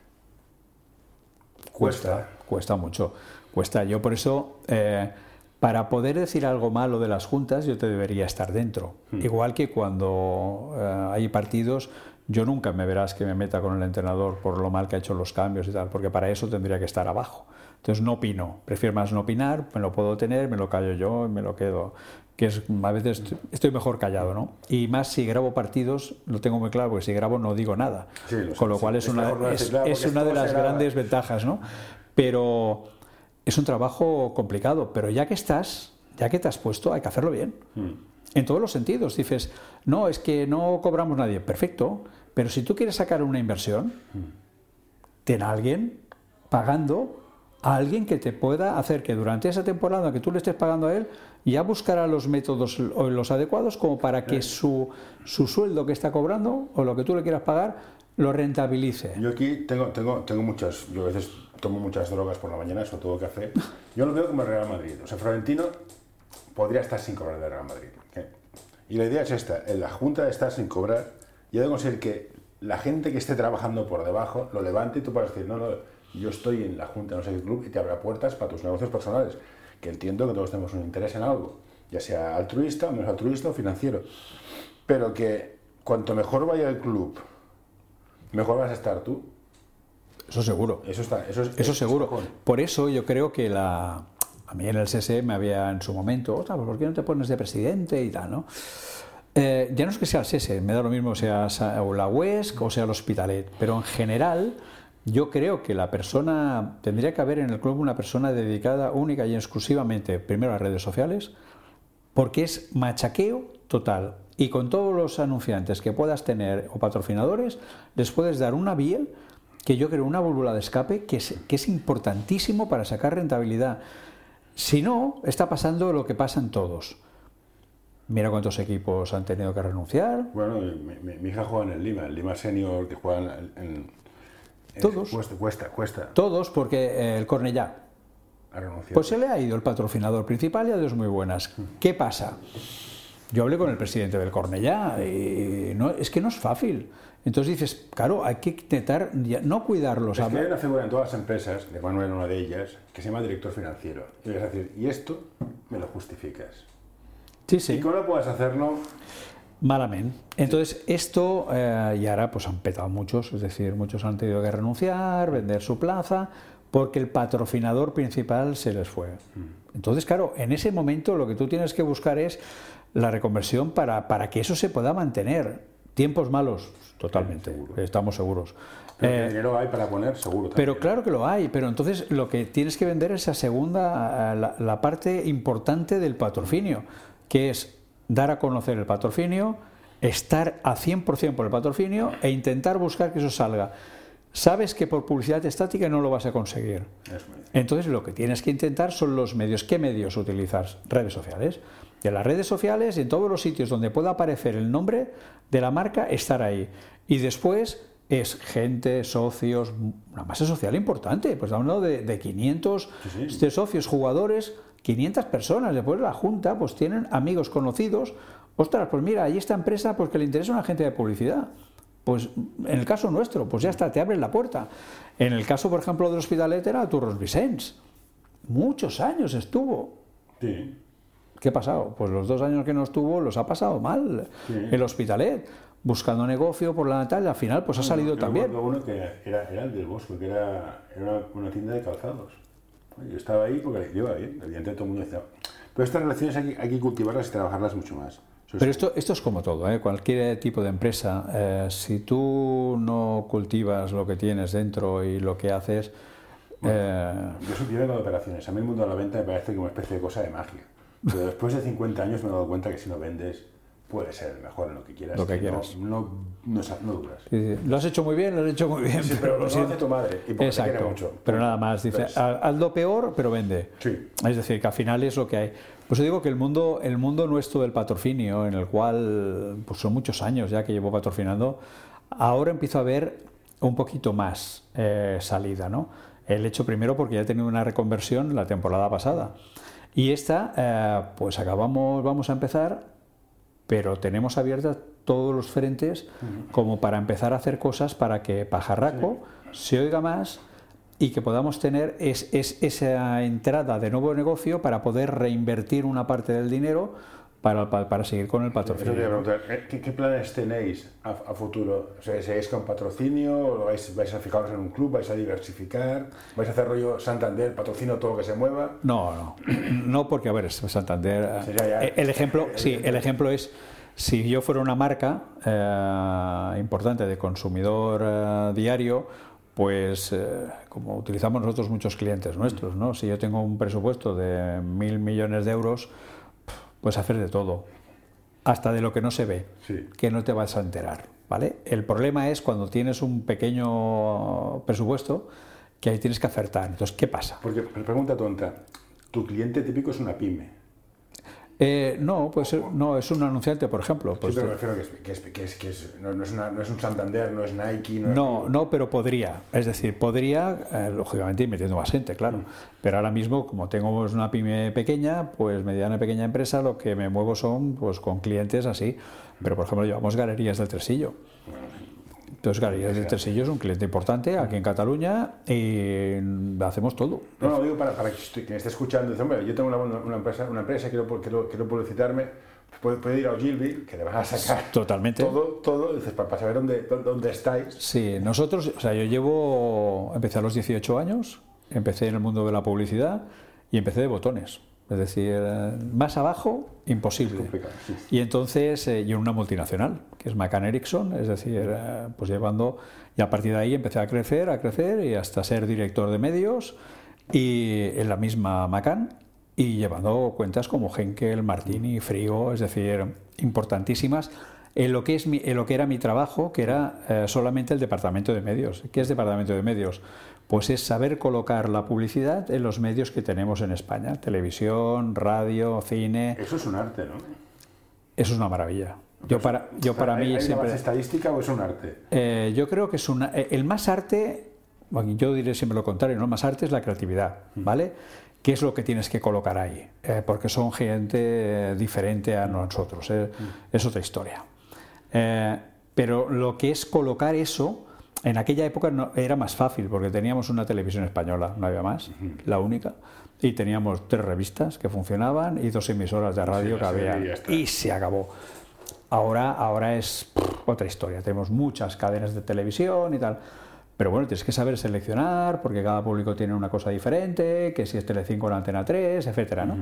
cuesta, cuesta, cuesta mucho. Cuesta. Yo por eso, eh, para poder decir algo malo de las juntas, yo te debería estar dentro. Hmm. Igual que cuando eh, hay partidos, yo nunca me verás que me meta con el entrenador por lo mal que ha hecho los cambios y tal, porque para eso tendría que estar abajo. Entonces no opino, prefiero más no opinar, me lo puedo tener, me lo callo yo y me lo quedo. Que es, a veces estoy mejor callado, ¿no? Y más si grabo partidos, lo tengo muy claro, porque si grabo no digo nada. Sí, lo Con lo sí, cual sí, es, una, no es, es una de las grandes nada. ventajas, ¿no? Pero es un trabajo complicado, pero ya que estás, ya que te has puesto, hay que hacerlo bien. Mm. En todos los sentidos. Dices, no, es que no cobramos nadie. Perfecto, pero si tú quieres sacar una inversión, mm. ten a alguien pagando a alguien que te pueda hacer que durante esa temporada que tú le estés pagando a él, ya buscará los métodos o los adecuados como para que su, su sueldo que está cobrando o lo que tú le quieras pagar lo rentabilice. Yo aquí tengo, tengo, tengo muchas, yo a veces tomo muchas drogas por la mañana, sobre todo café. Yo lo veo como el Real Madrid. O sea, Florentino podría estar sin cobrar del Real Madrid. ¿Qué? Y la idea es esta, en la Junta está sin cobrar y ha de conseguir que la gente que esté trabajando por debajo lo levante y tú puedas decir, no, no, yo estoy en la junta de no sé qué club y te abra puertas para tus negocios personales, que entiendo que todos tenemos un interés en algo, ya sea altruista, menos altruista o financiero, pero que cuanto mejor vaya el club, mejor vas a estar tú. Eso seguro. Eso está, eso, es, eso es seguro. cojón. Por eso yo creo que la... A mí en el C S E me había en su momento, ostras, ¿por qué no te pones de presidente y tal, no? Eh, ya no es que sea el C S E, me da lo mismo sea la U E S C o sea el Hospitalet, pero en general yo creo que la persona, tendría que haber en el club una persona dedicada única y exclusivamente, primero a las redes sociales, porque es machaqueo total. Y con todos los anunciantes que puedas tener o patrocinadores, les puedes dar una vía que yo creo una válvula de escape que es, que es importantísimo para sacar rentabilidad. Si no, está pasando lo que pasa en todos. Mira cuántos equipos han tenido que renunciar. Bueno, mi, mi, mi hija juega en el Lima, el Lima Senior, que juega en... en, en todos. Cuesta, cuesta, cuesta. Todos, porque eh, el Cornellá. Ha renunciado. Pues se le ha ido el patrocinador principal y adiós muy buenas. ¿Qué pasa? Yo hablé con el presidente del Cornellá y no, es que no es fácil. Entonces dices, claro, hay que intentar no cuidarlos. Es que hay una figura en todas las empresas, de Manuel una de ellas, que se llama director financiero. Y es decir, y esto me lo justificas. Sí, sí. ¿Y cómo puedes hacerlo? Malamente. Entonces, esto, eh, y ahora pues han petado muchos, es decir, muchos han tenido que renunciar, vender su plaza, porque el patrocinador principal se les fue. Entonces, claro, en ese momento lo que tú tienes que buscar es la reconversión para, para que eso se pueda mantener. Tiempos malos, totalmente, sí, seguro. Estamos seguros. Pero eh, dinero hay para poner, seguro. También. Pero claro que lo hay, pero entonces lo que tienes que vender es esa segunda, la, la parte importante del patrocinio, que es dar a conocer el patrocinio, estar a cien por cien por el patrocinio e intentar buscar que eso salga. Sabes que por publicidad estática no lo vas a conseguir. Entonces lo que tienes que intentar son los medios. ¿Qué medios utilizas? Redes sociales. Y en las redes sociales y en todos los sitios donde pueda aparecer el nombre de la marca, estar ahí. Y después es gente, socios, una masa social importante. Pues estamos hablando de, de quinientos sí, sí. de socios, jugadores, quinientas personas. Después la junta pues tienen amigos conocidos. Ostras, pues mira, hay esta empresa pues, que le interesa una agencia de publicidad. Pues en el caso nuestro, pues ya está, te abren la puerta. En el caso, por ejemplo, del Hospitalet era Turros Vicens. Muchos años estuvo. Sí. ¿Qué ha pasado? Pues los dos años que no estuvo los ha pasado mal. Sí. El Hospitalet, buscando negocio por la Natal, al final pues no, ha salido yo también. Uno que era, era el del Bosque, que era, era una tienda de calzados. Yo estaba ahí porque iba bien, evidentemente todo el mundo decía. Pero estas relaciones hay, hay que cultivarlas y trabajarlas mucho más. Eso Pero es esto, esto es como todo, ¿eh? Cualquier tipo de empresa, eh, si tú no cultivas lo que tienes dentro y lo que haces... Bueno, eh... Yo soy pionero de operaciones, a mí el mundo de la venta me parece como una especie de cosa de magia. Pero después de cincuenta años me he dado cuenta que si no vendes, puede ser el mejor en lo que quieras. Lo que que quieras. No, no, no, no duras. Sí, sí. Lo has hecho muy bien, lo has hecho muy bien. Sí, pero, pero no lo hace tu madre. Y porque exacto. Te quiere mucho. Pero nada más, dice, pues, haz lo peor, pero vende. Sí. Es decir, que al final es lo que hay. Pues yo digo que el mundo, el mundo nuestro del patrocinio, en el cual pues son muchos años ya que llevo patrocinando, ahora empiezo a ver un poquito más eh, salida, ¿no? El hecho primero porque ya he tenido una reconversión la temporada pasada. Y esta, eh, pues acabamos, vamos a empezar, pero tenemos abiertas todos los frentes uh-huh. como para empezar a hacer cosas para que Pajarraco sí. se oiga más y que podamos tener es, es, esa entrada de nuevo negocio para poder reinvertir una parte del dinero para, para, para seguir con el patrocinio. Eso te voy a preguntar, ¿qué, qué planes tenéis a, a futuro? O sea, ¿seguís con patrocinio? ¿O vais, vais a fijaros en un club? ¿Vais a diversificar? ¿Vais a hacer rollo Santander, patrocinio todo lo que se mueva? No, no, no porque, a ver, Santander... Ya, el ejemplo, sí, el ejemplo es, si yo fuera una marca eh, importante de consumidor eh, diario, pues eh, como utilizamos nosotros muchos clientes nuestros, ¿no? Si yo tengo un presupuesto de mil millones de euros, pues hacer de todo, hasta de lo que no se ve, sí. que no te vas a enterar, ¿vale? El problema es cuando tienes un pequeño presupuesto que ahí tienes que acertar. Entonces, ¿qué pasa? Porque, pregunta tonta, tu cliente típico es una pyme. Eh, no, pues no, es un anunciante, por ejemplo. Pues sí, pero me refiero que, es, que, es, que, es, que es, no, no, es una, no es un Santander, no es Nike... No, no, es... no, pero podría. Es decir, podría, eh, lógicamente, ir metiendo más gente, claro. Mm. Pero ahora mismo, como tengo una pyme pequeña, pues mediana pequeña empresa, lo que me muevo son pues con clientes así. Pero, por ejemplo, llevamos galerías del Tresillo. Entonces, claro, de Tresillo es un cliente importante aquí en Cataluña y hacemos todo. No, no, digo para, para que me esté escuchando, dice, hombre, yo tengo una, una empresa, una empresa quiero, quiero, quiero publicitarme, puede, puede ir a Ogilvy, que le van a sacar totalmente todo, todo, dices, para, para saber dónde, dónde estáis. Sí, nosotros, o sea, yo llevo, empecé a los dieciocho años, empecé en el mundo de la publicidad y empecé de botones. Es decir, más abajo, imposible. Sí. Y entonces, eh, yo en una multinacional, que es McCann Erickson, es decir, eh, pues llevando, y a partir de ahí empecé a crecer, a crecer, y hasta ser director de medios, y en la misma McCann, y llevando cuentas como Henkel, Martini, Frigo, es decir, importantísimas, en lo que, es mi, en lo que era mi trabajo, que era eh, solamente el departamento de medios. ¿Qué es departamento de medios? Pues es saber colocar la publicidad en los medios que tenemos en España, televisión, radio, cine. Eso es un arte, ¿no? Eso es una maravilla. Yo para, yo para ¿Hay, mí ¿Hay siempre... una base estadística o es un arte? Eh, yo creo que es una... El más arte, bueno, yo diré siempre lo contrario, ¿no? El más arte es la creatividad, ¿vale? ¿Qué es lo que tienes que colocar ahí? Eh, porque son gente diferente a nosotros, eh, es otra historia. Eh, pero lo que es colocar eso... En aquella época no, era más fácil porque teníamos una televisión española, no había más, uh-huh. la única, y teníamos tres revistas que funcionaban y dos emisoras de radio sí, que había y se acabó. Ahora, ahora es pff, otra historia, tenemos muchas cadenas de televisión y tal, pero bueno, tienes que saber seleccionar porque cada público tiene una cosa diferente, que si es Telecinco o la Antena tres, etcétera, ¿no? Uh-huh.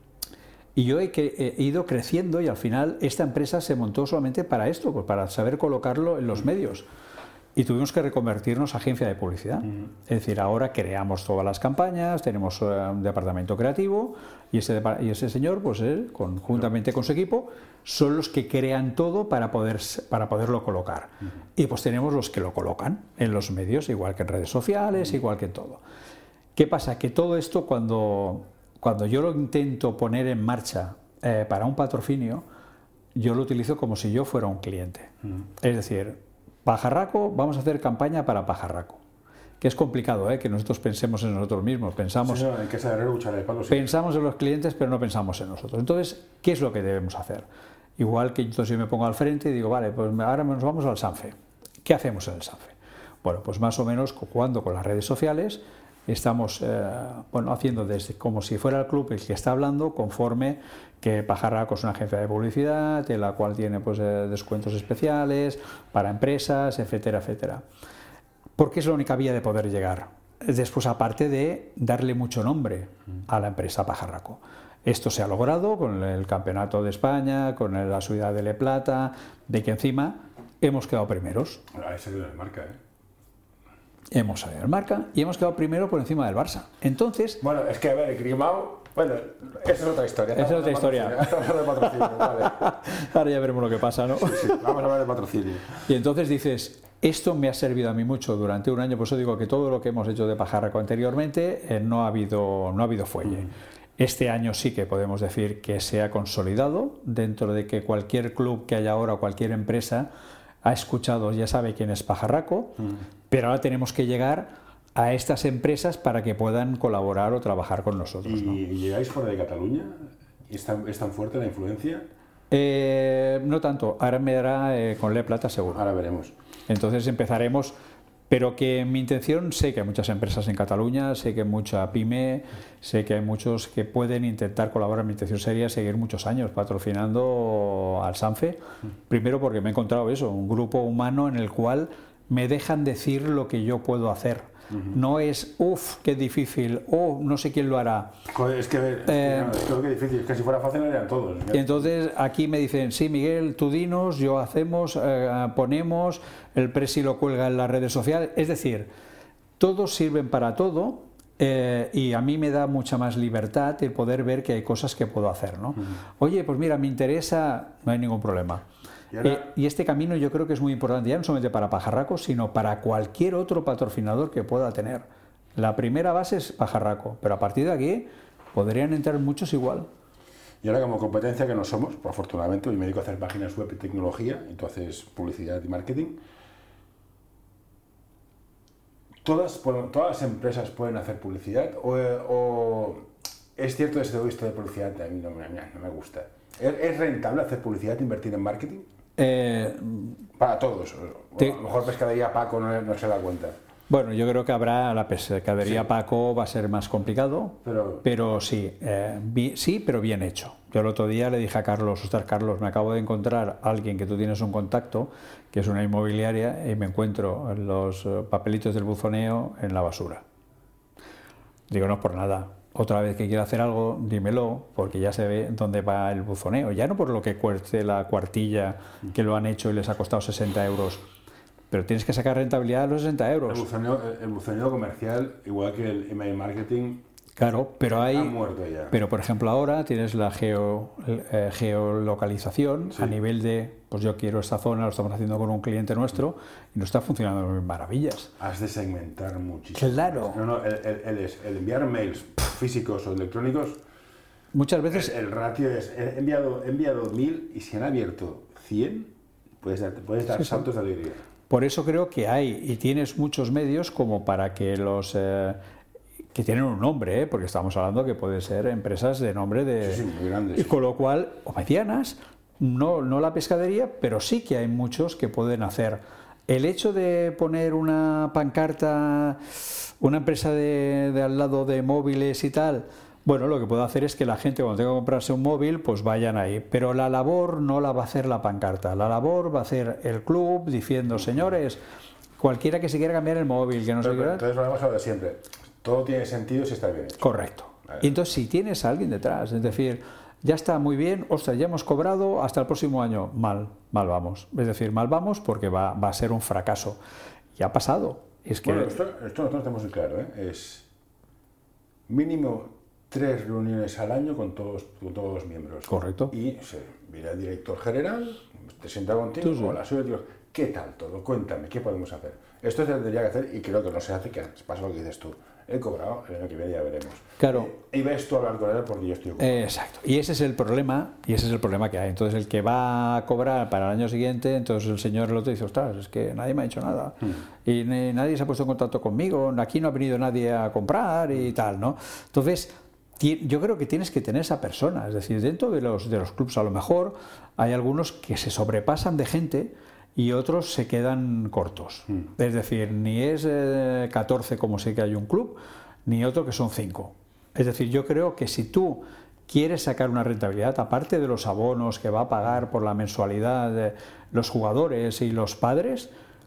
Y yo he, he ido creciendo y al final esta empresa se montó solamente para esto, pues para saber colocarlo en los uh-huh. medios. Y tuvimos que reconvertirnos a agencia de publicidad. Uh-huh. Es decir, ahora creamos todas las campañas, tenemos un departamento creativo y ese, y ese señor, pues él, conjuntamente con su equipo, son los que crean todo para, poder, para poderlo colocar. Uh-huh. Y pues tenemos los que lo colocan en los medios, igual que en redes sociales, uh-huh. igual que en todo. ¿Qué pasa? Que todo esto, cuando, cuando yo lo intento poner en marcha eh, para un patrocinio, yo lo utilizo como si yo fuera un cliente. Uh-huh. Es decir, Pajarraco, vamos a hacer campaña para Pajarraco. Que es complicado, ¿eh? Que nosotros pensemos en nosotros mismos. Pensamos, sí, no, hay que saber luchar el palo, sí. Pensamos en los clientes, pero no pensamos en nosotros. Entonces, ¿qué es lo que debemos hacer? Igual que entonces yo me pongo al frente y digo, vale, pues ahora nos vamos al SANFE. ¿Qué hacemos en el SANFE? Bueno, pues más o menos jugando con las redes sociales, estamos eh, bueno, haciendo desde como si fuera el club el que está hablando, conforme que Pajarraco es una agencia de publicidad, en la cual tiene pues, eh, descuentos especiales para empresas, etcétera, etcétera. Porque es la única vía de poder llegar. Después, aparte de darle mucho nombre a la empresa Pajarraco. Esto se ha logrado con el Campeonato de España, con la Ciudad de Le Plata, de que encima hemos quedado primeros. Ahora ha salido de marca, ¿eh? Hemos salido de marca y hemos quedado primero por encima del Barça. Entonces... Bueno, es que a ver, el Grimao... Bueno, esa es otra historia. Esa es otra historia. Estamos hablando de patrocinio, vale. Ahora ya veremos lo que pasa, ¿no? Sí, sí, vamos a hablar de patrocinio. Y entonces dices, esto me ha servido a mí mucho durante un año, por eso digo que todo lo que hemos hecho de Pajarraco anteriormente eh, no ha habido, no ha habido fuelle. Mm. Este año sí que podemos decir que se ha consolidado, dentro de que cualquier club que haya ahora o cualquier empresa ha escuchado, ya sabe quién es Pajarraco, mm. pero ahora tenemos que llegar a estas empresas para que puedan colaborar o trabajar con nosotros. ¿Y, ¿no? ¿y llegáis fuera de Cataluña? ¿Es tan, es tan fuerte la influencia? Eh, no tanto, ahora me dará eh, con Le Plata seguro. Ahora veremos. Entonces empezaremos, pero que mi intención, sé que hay muchas empresas en Cataluña, sé que hay mucha pyme, sé que hay muchos que pueden intentar colaborar. Mi intención sería seguir muchos años patrocinando al SANFE, primero porque me he encontrado eso, un grupo humano en el cual me dejan decir lo que yo puedo hacer. Uh-huh. No es, uff, qué difícil, o oh, no sé quién lo hará. Joder, es que, es eh, que, no, es que difícil, es que si fuera fácil lo harían todos. Y entonces aquí me dicen, sí, Miguel, tú dinos, yo hacemos, eh, ponemos, el presi lo cuelga en las redes sociales. Es decir, todos sirven para todo eh, y a mí me da mucha más libertad el poder ver que hay cosas que puedo hacer, ¿no? Uh-huh. Oye, pues mira, me interesa, no hay ningún problema. ¿Y, ahora? eh, y este camino yo creo que es muy importante, ya no solamente para Pajarraco, sino para cualquier otro patrocinador que pueda tener. La primera base es Pajarraco, pero a partir de aquí podrían entrar muchos igual. Y ahora, como competencia que no somos, pues, afortunadamente, yo me dedico a hacer páginas web y tecnología, y tú haces publicidad y marketing. ¿Todas, todas las empresas pueden hacer publicidad? ¿O, o es cierto ese esto de publicidad? A mí no me, no me gusta. ¿Es rentable hacer publicidad, invertir en marketing? Eh, Para todos. te- A lo mejor pescadería Paco no, no se da cuenta. Bueno, yo creo que habrá la pescadería Sí. Paco, va a ser más complicado, Pero- pero sí, eh, bi- sí, pero bien hecho. Yo el otro día le dije a Carlos, ostras, Carlos, me acabo de encontrar a alguien que tú tienes un contacto, que es una inmobiliaria, y me encuentro los eh, papelitos del buzoneo en la basura. Digo, no es por nada. Otra vez que quiera hacer algo, dímelo, porque ya se ve dónde va el buzoneo. Ya no por lo que cueste la cuartilla, que lo han hecho y les ha costado sesenta euros, pero tienes que sacar rentabilidad de los sesenta El euros. buzoneo, el buzoneo comercial, igual que el email marketing, Claro, pero hay... ha muerto ya. Pero, por ejemplo, ahora tienes la geo, eh, geolocalización Sí. a nivel de, pues yo quiero esta zona, lo estamos haciendo con un cliente nuestro y no está funcionando de maravillas. Has de segmentar muchísimo. Claro. No, no, el, el- el es- el enviar mails físicos o electrónicos, Muchas el, veces, el ratio es, he enviado, he enviado mil y si han abierto cien, puedes dar, puedes dar Sí, sí. saltos de alegría. por eso creo que hay y tienes muchos medios como para que los... eh, que tienen un nombre, ¿eh? Porque estamos hablando que puede ser empresas de nombre de... Sí, sí, muy grandes. Y con lo cual, o medianas, no, no la pescadería, pero sí que hay muchos que pueden hacer. El hecho de poner una pancarta, una empresa de, de al lado de móviles y tal, bueno, lo que puedo hacer es que la gente cuando tenga que comprarse un móvil, pues vayan ahí. Pero la labor no la va a hacer la pancarta, la labor va a hacer el club diciendo, señores, cualquiera que se quiera cambiar el móvil, que no se Pero, pero, quiera... entonces volvemos a lo de siempre. Todo tiene sentido si está bien hecho. Correcto. Vale. Y entonces si tienes a alguien detrás, es decir, ya está muy bien, ostras, ya hemos cobrado hasta el próximo año, mal, mal vamos. Es decir, mal vamos porque va, va a ser un fracaso. Y ha pasado. Es que Bueno, esto, esto nosotros tenemos muy claro, ¿eh? Es mínimo tres reuniones al año con todos, con todos los miembros. Correcto. Y se viene el director general, te sienta contigo, Sí, sí. con la suya, y digo, ¿qué tal todo? Cuéntame, ¿qué podemos hacer? Esto se tendría que hacer y creo que no se hace, que pasa lo que dices tú. He cobrado, el año que viene ya veremos. Claro. Eh, y ves tú a hablar con él porque yo estoy ocupado. Eh, exacto. Y ese es el problema, y ese es el problema que hay. Entonces el que va a cobrar para el año siguiente, entonces el señor el otro dice, ostras, es que nadie me ha dicho nada. Y ni- nadie se ha puesto en contacto conmigo, aquí no ha venido nadie a comprar y tal, ¿no? Entonces, ti- yo creo que tienes que tener esa persona. Es decir, dentro de los, de los clubs a lo mejor hay algunos que se sobrepasan de gente y otros se quedan cortos. Es decir, ni es eh, catorce como sé que hay un club, ni otro que son cinco. Es decir, yo creo que si tú quieres sacar una rentabilidad, aparte de los abonos que va a pagar por la mensualidad de los jugadores y los padres,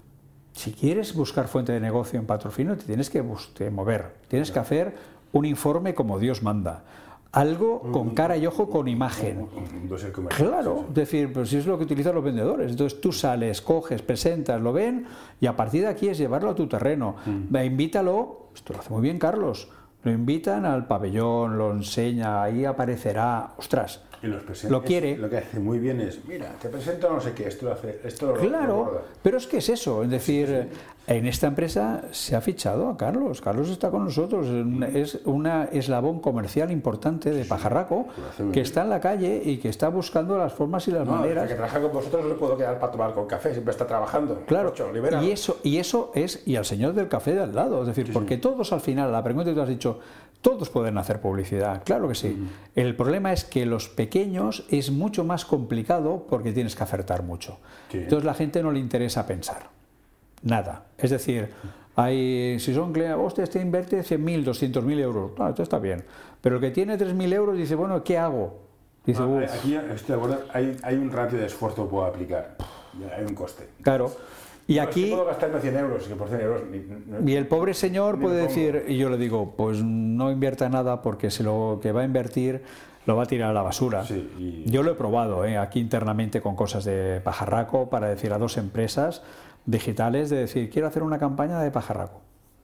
si quieres buscar fuente de negocio en patrocinio, te tienes que, bus- que mover, tienes que hacer un informe como Dios manda. Algo con cara y ojo, con imagen. Un dossier comercial. Claro, Sí, sí. es decir, pues si es lo que utilizan los vendedores. Entonces tú sales, coges, presentas, lo ven y a partir de aquí es llevarlo a tu terreno. Ve, invítalo, esto lo hace muy bien Carlos, lo invitan al pabellón, lo enseña, ahí aparecerá, ostras, Y los presentes, lo quiere. Lo que hace muy bien es, mira, te presento no sé qué, esto lo hace, esto lo lo Claro, borda. pero es que es eso, es decir, en esta empresa se ha fichado a Carlos, Carlos está con nosotros, es una eslabón comercial importante de Pajarraco lo hace muy que bien. está en la calle y que está buscando las formas y las No, maneras. el que trabaja con vosotros no le puedo quedar para tomar con café, siempre está trabajando. Claro, Ocho, libéralo. y eso, y eso es, y al señor del café de al lado, es decir, porque todos al final, la pregunta que tú has dicho, todos pueden hacer publicidad, claro que sí. El problema es que los pequeños es mucho más complicado porque tienes que acertar mucho. Sí. Entonces la gente no le interesa pensar, nada. Es decir, hay, si son clientes, hostia, este invierte cien mil, doscientos mil euros, claro, esto está bien. Pero el que tiene tres mil euros dice, bueno, ¿qué hago? Dice, No, "Uf". aquí estoy de acuerdo, hay, hay un ratio de esfuerzo que puedo aplicar, hay un coste. Claro. Y No, es que aquí... puedo gastarme cien euros, que por cien euros... Ni, ni- Y el pobre señor ni puede me pongo. decir, y yo le digo, pues no invierta nada porque si lo que va a invertir lo va a tirar a la basura. Sí, y- Yo lo he probado ¿eh? aquí internamente con cosas de pajarraco para decir a dos empresas digitales de decir, quiero hacer una campaña de pajarraco.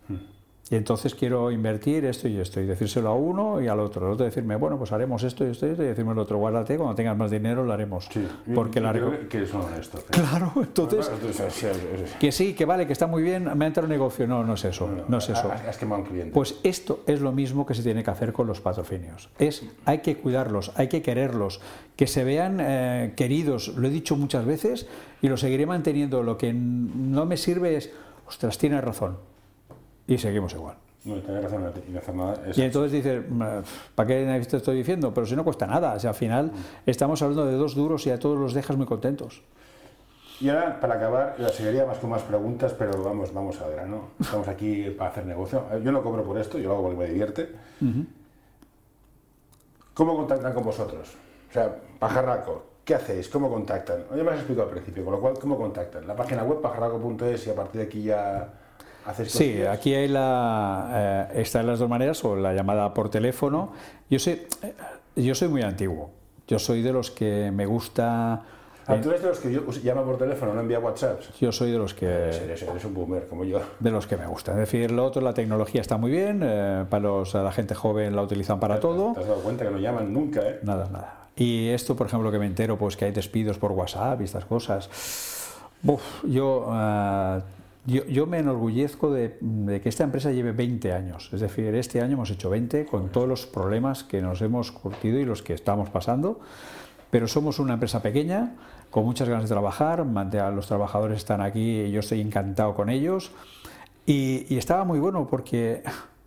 Y entonces quiero invertir esto y esto, y decírselo a uno y al otro. El otro decirme, bueno, pues haremos esto y esto y esto, y decirme el otro, guárdate, cuando tengas más dinero lo haremos. Sí, Porque y la creo reco- que- que son honestos. ¿eh? Claro, entonces... Bueno, entonces, sí, sí, sí. Que sí, que vale, que está muy bien, me ha entrado un negocio. No, no es eso, no es eso. Has, has quemado a un cliente. Pues esto es lo mismo que se tiene que hacer con los patrocinios. Es, hay que cuidarlos, hay que quererlos, que se vean eh, queridos. Lo he dicho muchas veces y lo seguiré manteniendo. Lo que n- no me sirve es, ostras, tienes razón. Y seguimos igual. No, tenés razón, y no hacer nada. Es Y entonces dices, ¿para qué te estoy diciendo? Pero si no cuesta nada. O sea, al final estamos hablando de dos duros y a todos los dejas muy contentos. Y ahora, para acabar, la seguiría más con más preguntas, pero vamos, vamos a ver, ¿no? Estamos aquí para hacer negocio. Yo no cobro por esto, yo lo hago porque me divierte. Uh-huh. ¿Cómo contactan con vosotros? O sea, Pajarraco, ¿qué hacéis? ¿Cómo contactan? Ya me has explicado al principio, con lo cual, ¿cómo contactan? La página web, pajarraco punto es, y a partir de aquí ya hacéis Sí, cosillas. aquí hay la, eh, está en las dos maneras, o la llamada por teléfono. Yo soy, yo soy muy antiguo. Yo soy de los que me gusta... Ah, ¿tú eres de los que yo, llama por teléfono, no envía WhatsApp? Yo soy de los que... Eres, eres un boomer, como yo. De los que me gusta. Es decir, lo otro, la tecnología está muy bien, eh, para los, la gente joven la utilizan para ¿Te, todo. ¿Te has dado cuenta que no llaman nunca, eh? Nada, nada. Y esto, por ejemplo, que me entero, pues que hay despidos por WhatsApp y estas cosas. Uf, yo, uh, yo, yo me enorgullezco de, de que esta empresa lleve veinte años. Es decir, este año hemos hecho veinte con todos los problemas que nos hemos curtido y los que estamos pasando. Pero somos una empresa pequeña, con muchas ganas de trabajar, los trabajadores están aquí y yo estoy encantado con ellos. Y, y estaba muy bueno porque,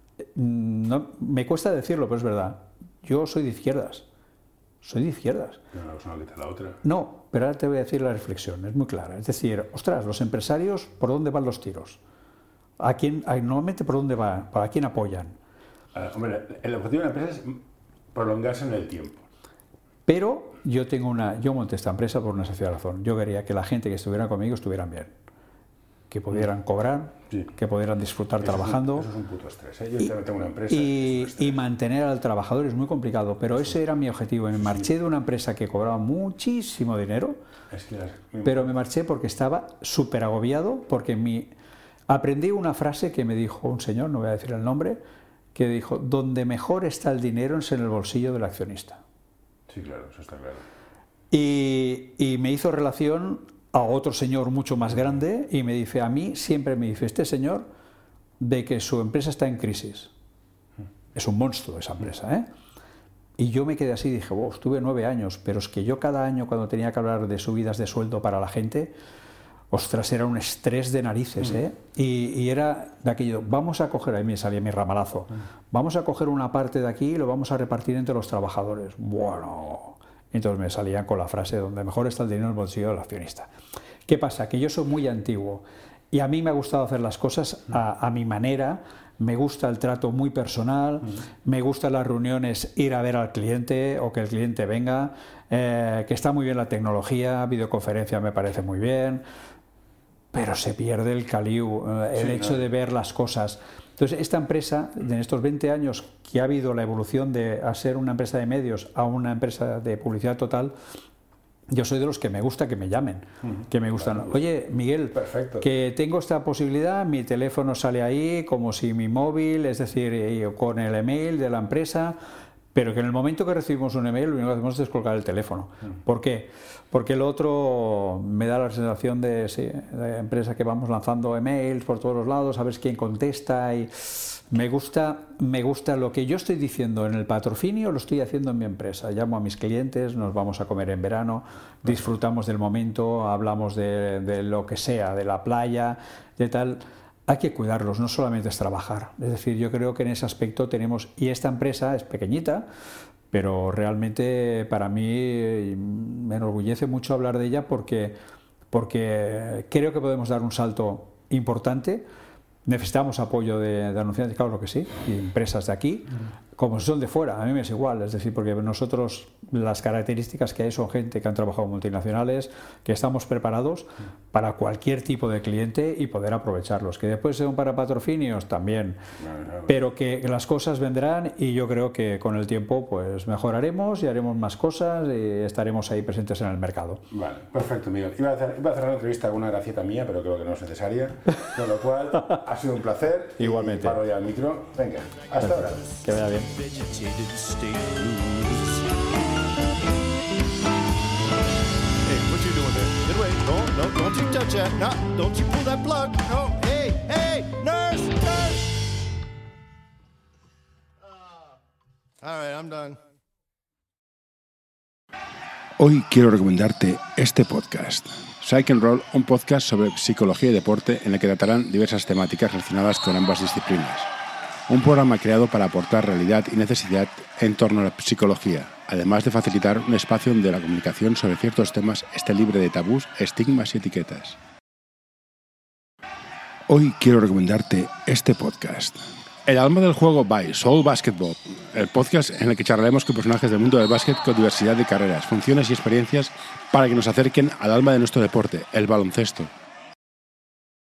no, me cuesta decirlo, pero es verdad, yo soy de izquierdas, soy de izquierdas. No, una cosa no quita la otra. No, pero ahora te voy a decir la reflexión, es muy clara. Es decir, ostras, los empresarios, ¿por dónde van los tiros? ¿A quién, a, normalmente por dónde van? ¿Para quién apoyan? Uh, hombre, el objetivo de una empresa es prolongarse en el tiempo. Pero yo tengo una, yo monté esta empresa por una sencilla razón. Yo quería que la gente que estuviera conmigo estuvieran bien, que pudieran cobrar, sí. que pudieran disfrutar eso trabajando. Es un, eso es un puto estrés, ¿eh? Yo y, tengo una empresa. Y, y mantener al trabajador es muy complicado, pero sí. ese era mi objetivo. Me marché sí. de una empresa que cobraba muchísimo dinero, es que las, pero me marché porque estaba súper agobiado, porque mi, aprendí una frase que me dijo un señor, no voy a decir el nombre, que dijo: donde mejor está el dinero es en el bolsillo del accionista. Sí, claro, eso está claro. Y, y me hizo relación a otro señor mucho más grande y me dice, a mí siempre me dice este señor de que su empresa está en crisis. Es un monstruo esa empresa, ¿eh? Y yo me quedé así y dije, wow, estuve nueve años, pero es que yo cada año cuando tenía que hablar de subidas de sueldo para la gente, ostras, era un estrés de narices, ¿eh? Y, y era de aquello, vamos a coger, ahí me salía mi ramalazo, vamos a coger una parte de aquí y lo vamos a repartir entre los trabajadores. Bueno, entonces me salían con la frase, donde mejor está el dinero en el bolsillo del accionista. ¿Qué pasa? Que yo soy muy antiguo y a mí me ha gustado hacer las cosas a, a mi manera, me gusta el trato muy personal, me gustan las reuniones, ir a ver al cliente o que el cliente venga, eh, que está muy bien la tecnología, videoconferencia me parece muy bien, pero se pierde el caliu, el sí, hecho claro. de ver las cosas. Entonces, esta empresa, en estos veinte años que ha habido la evolución de a ser una empresa de medios a una empresa de publicidad total, yo soy de los que me gusta que me llamen, uh-huh. que me gustan. Claro. Oye, Miguel, perfecto. Que tengo esta posibilidad, mi teléfono sale ahí como si mi móvil, es decir, con el email de la empresa, pero que en el momento que recibimos un email lo único que hacemos es descolgar el teléfono. ¿Por qué? Porque lo otro me da la sensación de, sí, de empresa que vamos lanzando emails por todos los lados, a ver quién contesta y me gusta, me gusta lo que yo estoy diciendo en el patrocinio, lo estoy haciendo en mi empresa. Llamo a mis clientes, nos vamos a comer en verano, disfrutamos del momento, hablamos de, de lo que sea, de la playa, de tal. Hay que cuidarlos, no solamente es trabajar. Es decir, yo creo que en ese aspecto tenemos, y esta empresa es pequeñita, pero realmente para mí me enorgullece mucho hablar de ella porque, porque creo que podemos dar un salto importante. Necesitamos apoyo de, de anunciantes, claro que sí, y empresas de aquí, como si son de fuera, a mí me es igual, es decir, porque nosotros las características que hay son gente que han trabajado en multinacionales, que estamos preparados para cualquier tipo de cliente y poder aprovecharlos, que después sean para patrocinios también, pero que las cosas vendrán y yo creo que con el tiempo pues mejoraremos y haremos más cosas y estaremos ahí presentes en el mercado. Vale, perfecto, Miguel. Iba a hacer, iba a cerrar la entrevista con una gracieta mía, pero creo que no es necesaria, con lo cual ha sido un placer. Igualmente. Y paro ya el micro. Venga, hasta ahora. Que vaya bien. Vegetated state blues. Hey, what you doing there? Get away. No, no, don't you touch that. No, don't you pull that plug. No, hey, hey, nurse, nurse. Uh, all right, I'm done. Hoy quiero recomendarte este podcast. Psych and Roll, un podcast sobre psicología y deporte en el que tratarán diversas temáticas relacionadas con ambas disciplinas. un programa creado para aportar realidad y necesidad en torno a la psicología, además de facilitar un espacio donde la comunicación sobre ciertos temas esté libre de tabús, estigmas y etiquetas. Hoy quiero recomendarte este podcast. El alma del juego by Soul Basketball, el podcast en el que charlaremos con personajes del mundo del básquet con diversidad de carreras, funciones y experiencias para que nos acerquen al alma de nuestro deporte, el baloncesto.